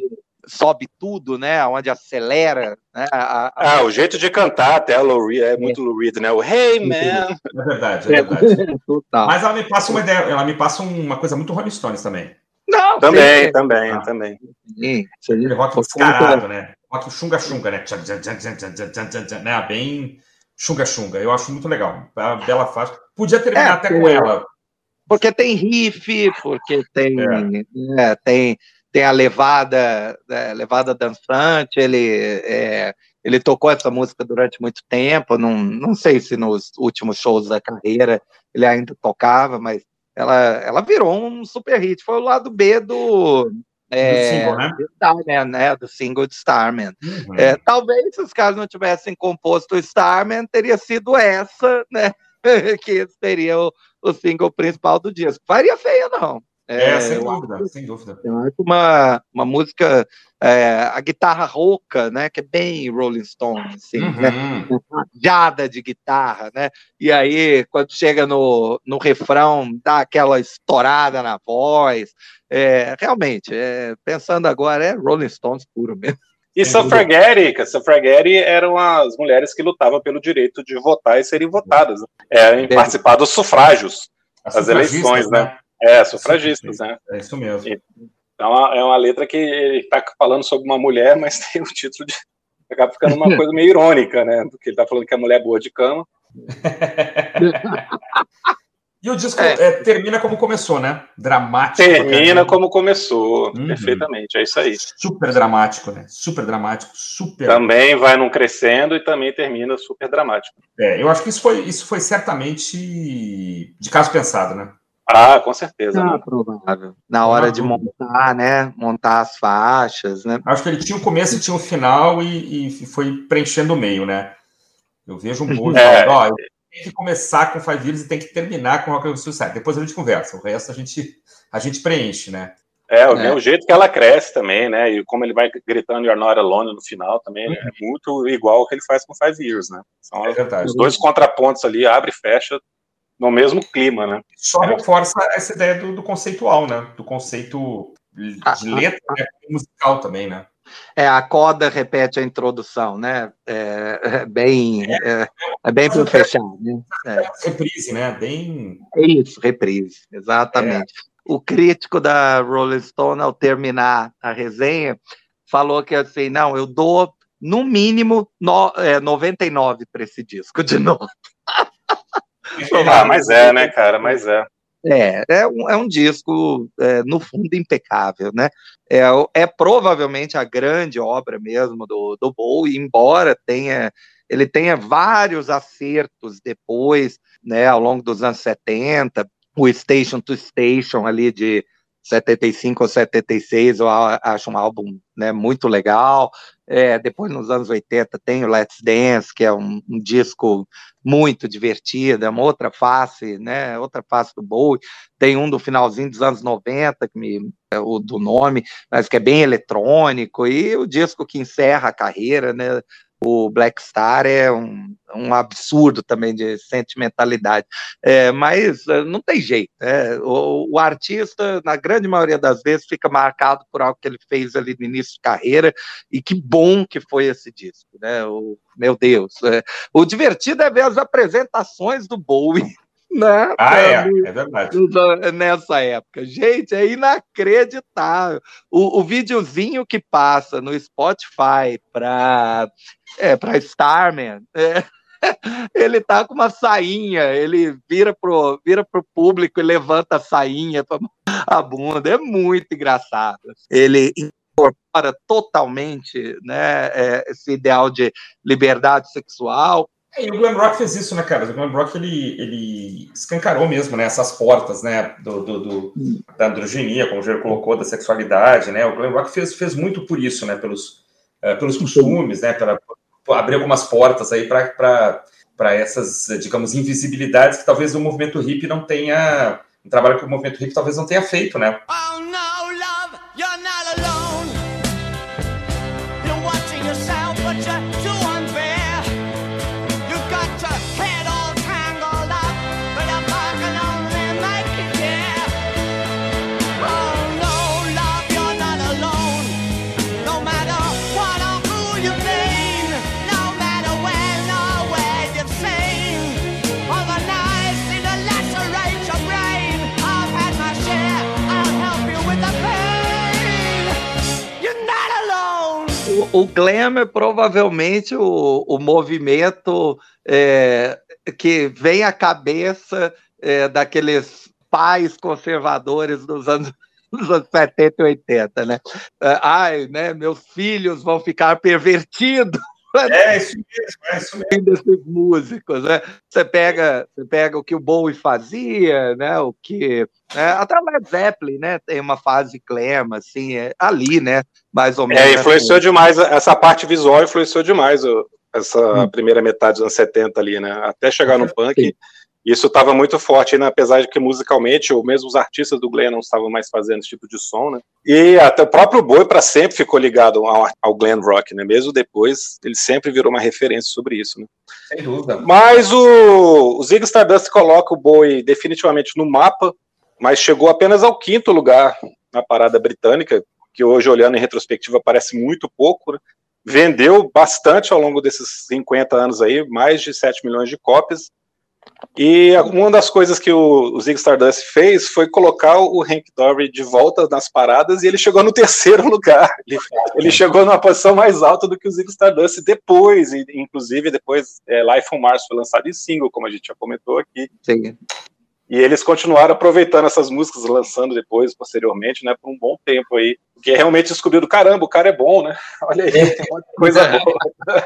sobe tudo, né? Onde acelera, né? A, a... Ah, o jeito de cantar até a Lou Reed é muito Lou Reed, né? O Hey Man. É verdade, é verdade. Total. Mas ela me passa uma ideia, ela me passa uma coisa muito Rolling Stones também. Não, Também, sim, também, Ah. também. sim, sim. Aquele rock Por descarado, conta- né? Rock chunga-chunga, né? Tchan, tchan, tchan, tchan, tchan, tchan, tchan, tchan, né? Bem chunga-chunga. Eu acho muito legal. A bela faixa. Podia terminar É, até porque- com ela. Porque tem riff, porque tem, né, tem, tem a levada, é, levada dançante, ele, é, ele tocou essa música durante muito tempo, não, não sei se nos últimos shows da carreira ele ainda tocava, mas ela, ela virou um super hit, foi o lado B do... É, Do single, né? do Starman, né? Do single de Starman. Uhum. É, talvez se os caras não tivessem composto o Starman, teria sido essa, né? Que seria o, o single principal do disco. Faria feia, não. É, sem eu dúvida, acho- sem dúvida. eu acho uma, uma música, é, a guitarra rouca, né? Que é bem Rolling Stone, assim, né? Uhum. Rajada de guitarra, né? E aí, quando chega no, no refrão, dá aquela estourada na voz. É, realmente, é, pensando agora, é Rolling Stones puro mesmo. E Suffragette, que Suffragette eram as mulheres que lutavam pelo direito de votar e serem votadas, né? É, em participar dos sufrágios, As das sufragistas, eleições, né? É, sufragistas, né? É isso mesmo. E- É uma, é uma letra que ele está falando sobre uma mulher, mas tem o título de... Acaba ficando uma coisa meio irônica, né? Porque ele está falando que a mulher é boa de cama. E o disco É. é, termina como começou, né? Dramático. Termina como começou, Uhum. perfeitamente, é isso aí. Super dramático, né? Super dramático, super. Também vai num crescendo e também termina super dramático. É, eu acho que isso foi, isso foi certamente de caso pensado, né? Ah, com certeza. Ah, né? provável. Na hora Uma de dúvida. montar, né? Montar as faixas, né? Acho que ele tinha o começo e tinha o final e, e foi preenchendo o meio, né? Eu vejo um Bowie É. falando, ó, eu tenho que começar com Five Years e tem que terminar com Rock and Suicide. Depois a gente conversa, o resto a gente, a gente preenche, né? É, o É. mesmo jeito que ela cresce também, né? E como ele vai gritando You're Not Alone no final também, Uhum. é muito igual ao que ele faz com Five Years, né? São É verdade. os dois contrapontos ali, abre e fecha no mesmo clima, né? Só reforça essa ideia do, do conceitual, né? Do conceito de Ah, letra, né? musical também, né? É, a coda repete a introdução, né? É, é bem, é, é bem para fechar, né? É. Reprise, né? Bem. É isso, reprise, exatamente. O crítico da Rolling Stone, ao terminar a resenha, falou que assim, não, eu dou no mínimo no, é, noventa e nove para esse disco de novo. Ah, mas é, né, cara? Mas é. É, é um, é um disco, é, no fundo, impecável, né? É, é provavelmente a grande obra mesmo do, do Bowie, embora tenha, ele tenha vários acertos depois, né, ao longo dos anos setenta, o Station to Station ali de setenta e cinco ou setenta e seis, eu acho um álbum, né, muito legal. É, depois, nos anos oitenta, tem o Let's Dance, que é um, um disco muito divertido, é uma outra face, né, outra face do Bowie. Tem um do finalzinho dos anos noventa, que me, é o do nome, mas que é bem eletrônico, e o disco que encerra a carreira, né, o Black Star, é um, um absurdo também de sentimentalidade. É, mas não tem jeito. É, o, o artista, na grande maioria das vezes, fica marcado por algo que ele fez ali no início de carreira, e que bom que foi esse disco, né? O, meu Deus. É, o divertido é ver as apresentações do Bowie, né? Ah, é, no, é verdade. nessa época. Gente, é inacreditável. O, o videozinho que passa no Spotify para é, para Starman, é, ele tá com uma sainha, ele vira pro, vira pro público e levanta a sainha para a bunda. É muito engraçado. Ele incorpora totalmente, né, é, esse ideal de liberdade sexual. É, e o glam rock fez isso, né, cara? O glam rock, ele, ele escancarou mesmo, né, essas portas, né, do, do, do, da androginia, como o Jair colocou, da sexualidade, né? O glam rock fez, fez muito por isso, né, pelos, uh, pelos costumes, né, para abrir algumas portas aí para essas, digamos, invisibilidades que talvez o movimento hippie não tenha, um trabalho que o movimento hippie talvez não tenha feito, né? Oh no, love, you're not alone. You're watching yourself, but you're too unfair. You've got your head all tangled up, but a bar can only make you care. Oh no, love, you're not alone. No o glam é provavelmente o, o movimento é, que vem à cabeça é, daqueles pais conservadores dos anos, dos anos setenta e oitenta, né? Ai, né, meus filhos vão ficar pervertidos. É isso mesmo, é isso mesmo. Desses músicos, né? Você pega, você pega o que o Bowie fazia, né? O que é, até o Led Zeppelin, né? Tem uma fase glam, assim, é, ali, né? Mais ou menos. É, influenciou assim. demais essa parte visual, influenciou demais o, essa hum. primeira metade dos anos setenta ali, né? Até chegar no punk. Sim. Isso estava muito forte, né? Apesar de que musicalmente, ou mesmo os artistas do glam não estavam mais fazendo esse tipo de som, né? E até o próprio Bowie para sempre ficou ligado ao, ao glam rock, né? Mesmo depois, ele sempre virou uma referência sobre isso, né? Sem dúvida. Mas o, o Ziggy Stardust coloca o Bowie definitivamente no mapa, mas chegou apenas ao quinto lugar na parada britânica, que hoje, olhando em retrospectiva, parece muito pouco, né? Vendeu bastante ao longo desses cinquenta anos aí, mais de sete milhões de cópias. E uma das coisas que o, o Ziggy Stardust fez foi colocar o Hank Dory de volta nas paradas, e ele chegou no terceiro lugar. Ele, ele chegou numa posição mais alta do que o Ziggy Stardust depois, e, inclusive depois é, Life on Mars foi lançado em single, como a gente já comentou aqui. Sim. E eles continuaram aproveitando essas músicas, lançando depois, posteriormente, né, por um bom tempo aí, porque realmente descobriram, caramba, o cara é bom, né? Olha aí, tem muita coisa boa.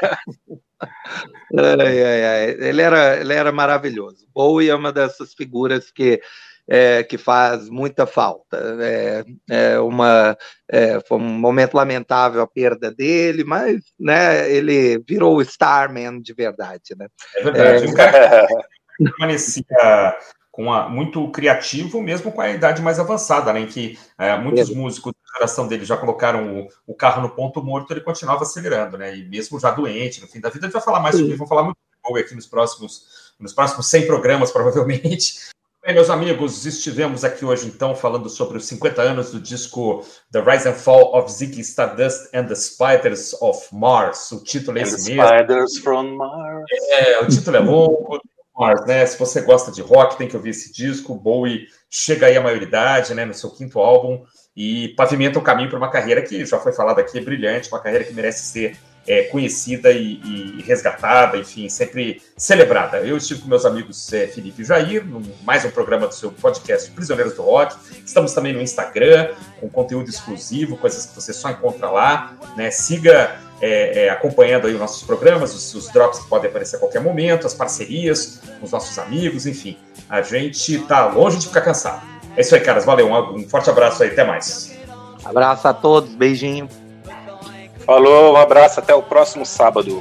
Ai, ai, ai. Ele, era, ele era maravilhoso. Bowie é uma dessas figuras que, é, que faz muita falta. É, é uma, é, foi um momento lamentável a perda dele, mas, né, ele virou o Starman de verdade. Né? É verdade. É, um cara que permanecia com a, muito criativo, mesmo com a idade mais avançada, né, em que é, muitos é. músicos da geração dele já colocaram o, o carro no ponto morto, ele continuava acelerando, né, e mesmo já doente, no fim da vida, a gente vai falar mais sobre isso, vamos falar muito sobre aqui nos próximos, nos próximos cem programas, provavelmente. Bem, meus amigos, estivemos aqui hoje, então, falando sobre os cinquenta anos do disco The Rise and Fall of Ziggy Stardust and the Spiders of Mars. O título é esse mesmo. Spiders from Mars. É, o título é longo. Mars, né? Se você gosta de rock, tem que ouvir esse disco. Bowie chega aí à maioridade, né, no seu quinto álbum, e pavimenta o caminho para uma carreira que já foi falada aqui, é brilhante, uma carreira que merece ser é, conhecida e, e resgatada, enfim, sempre celebrada. Eu estive com meus amigos é, Felipe e Jair, no, mais um programa do seu podcast Prisioneiros do Rock. Estamos também no Instagram, com conteúdo exclusivo, coisas que você só encontra lá, né? Siga É, é, acompanhando aí os nossos programas, os, os drops que podem aparecer a qualquer momento, as parcerias com os nossos amigos, enfim. A gente tá longe de ficar cansado. É isso aí, caras. Valeu. Um, um forte abraço aí. Até mais. Abraço a todos. Beijinho. Falou. Um abraço. Até o próximo sábado.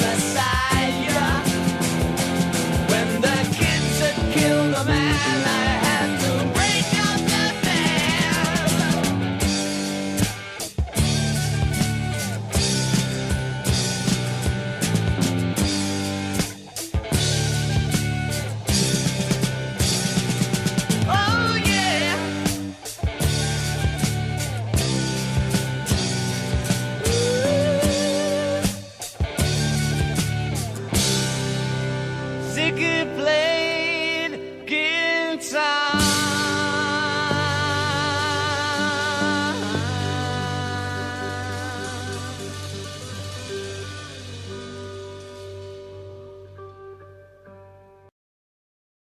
Man, I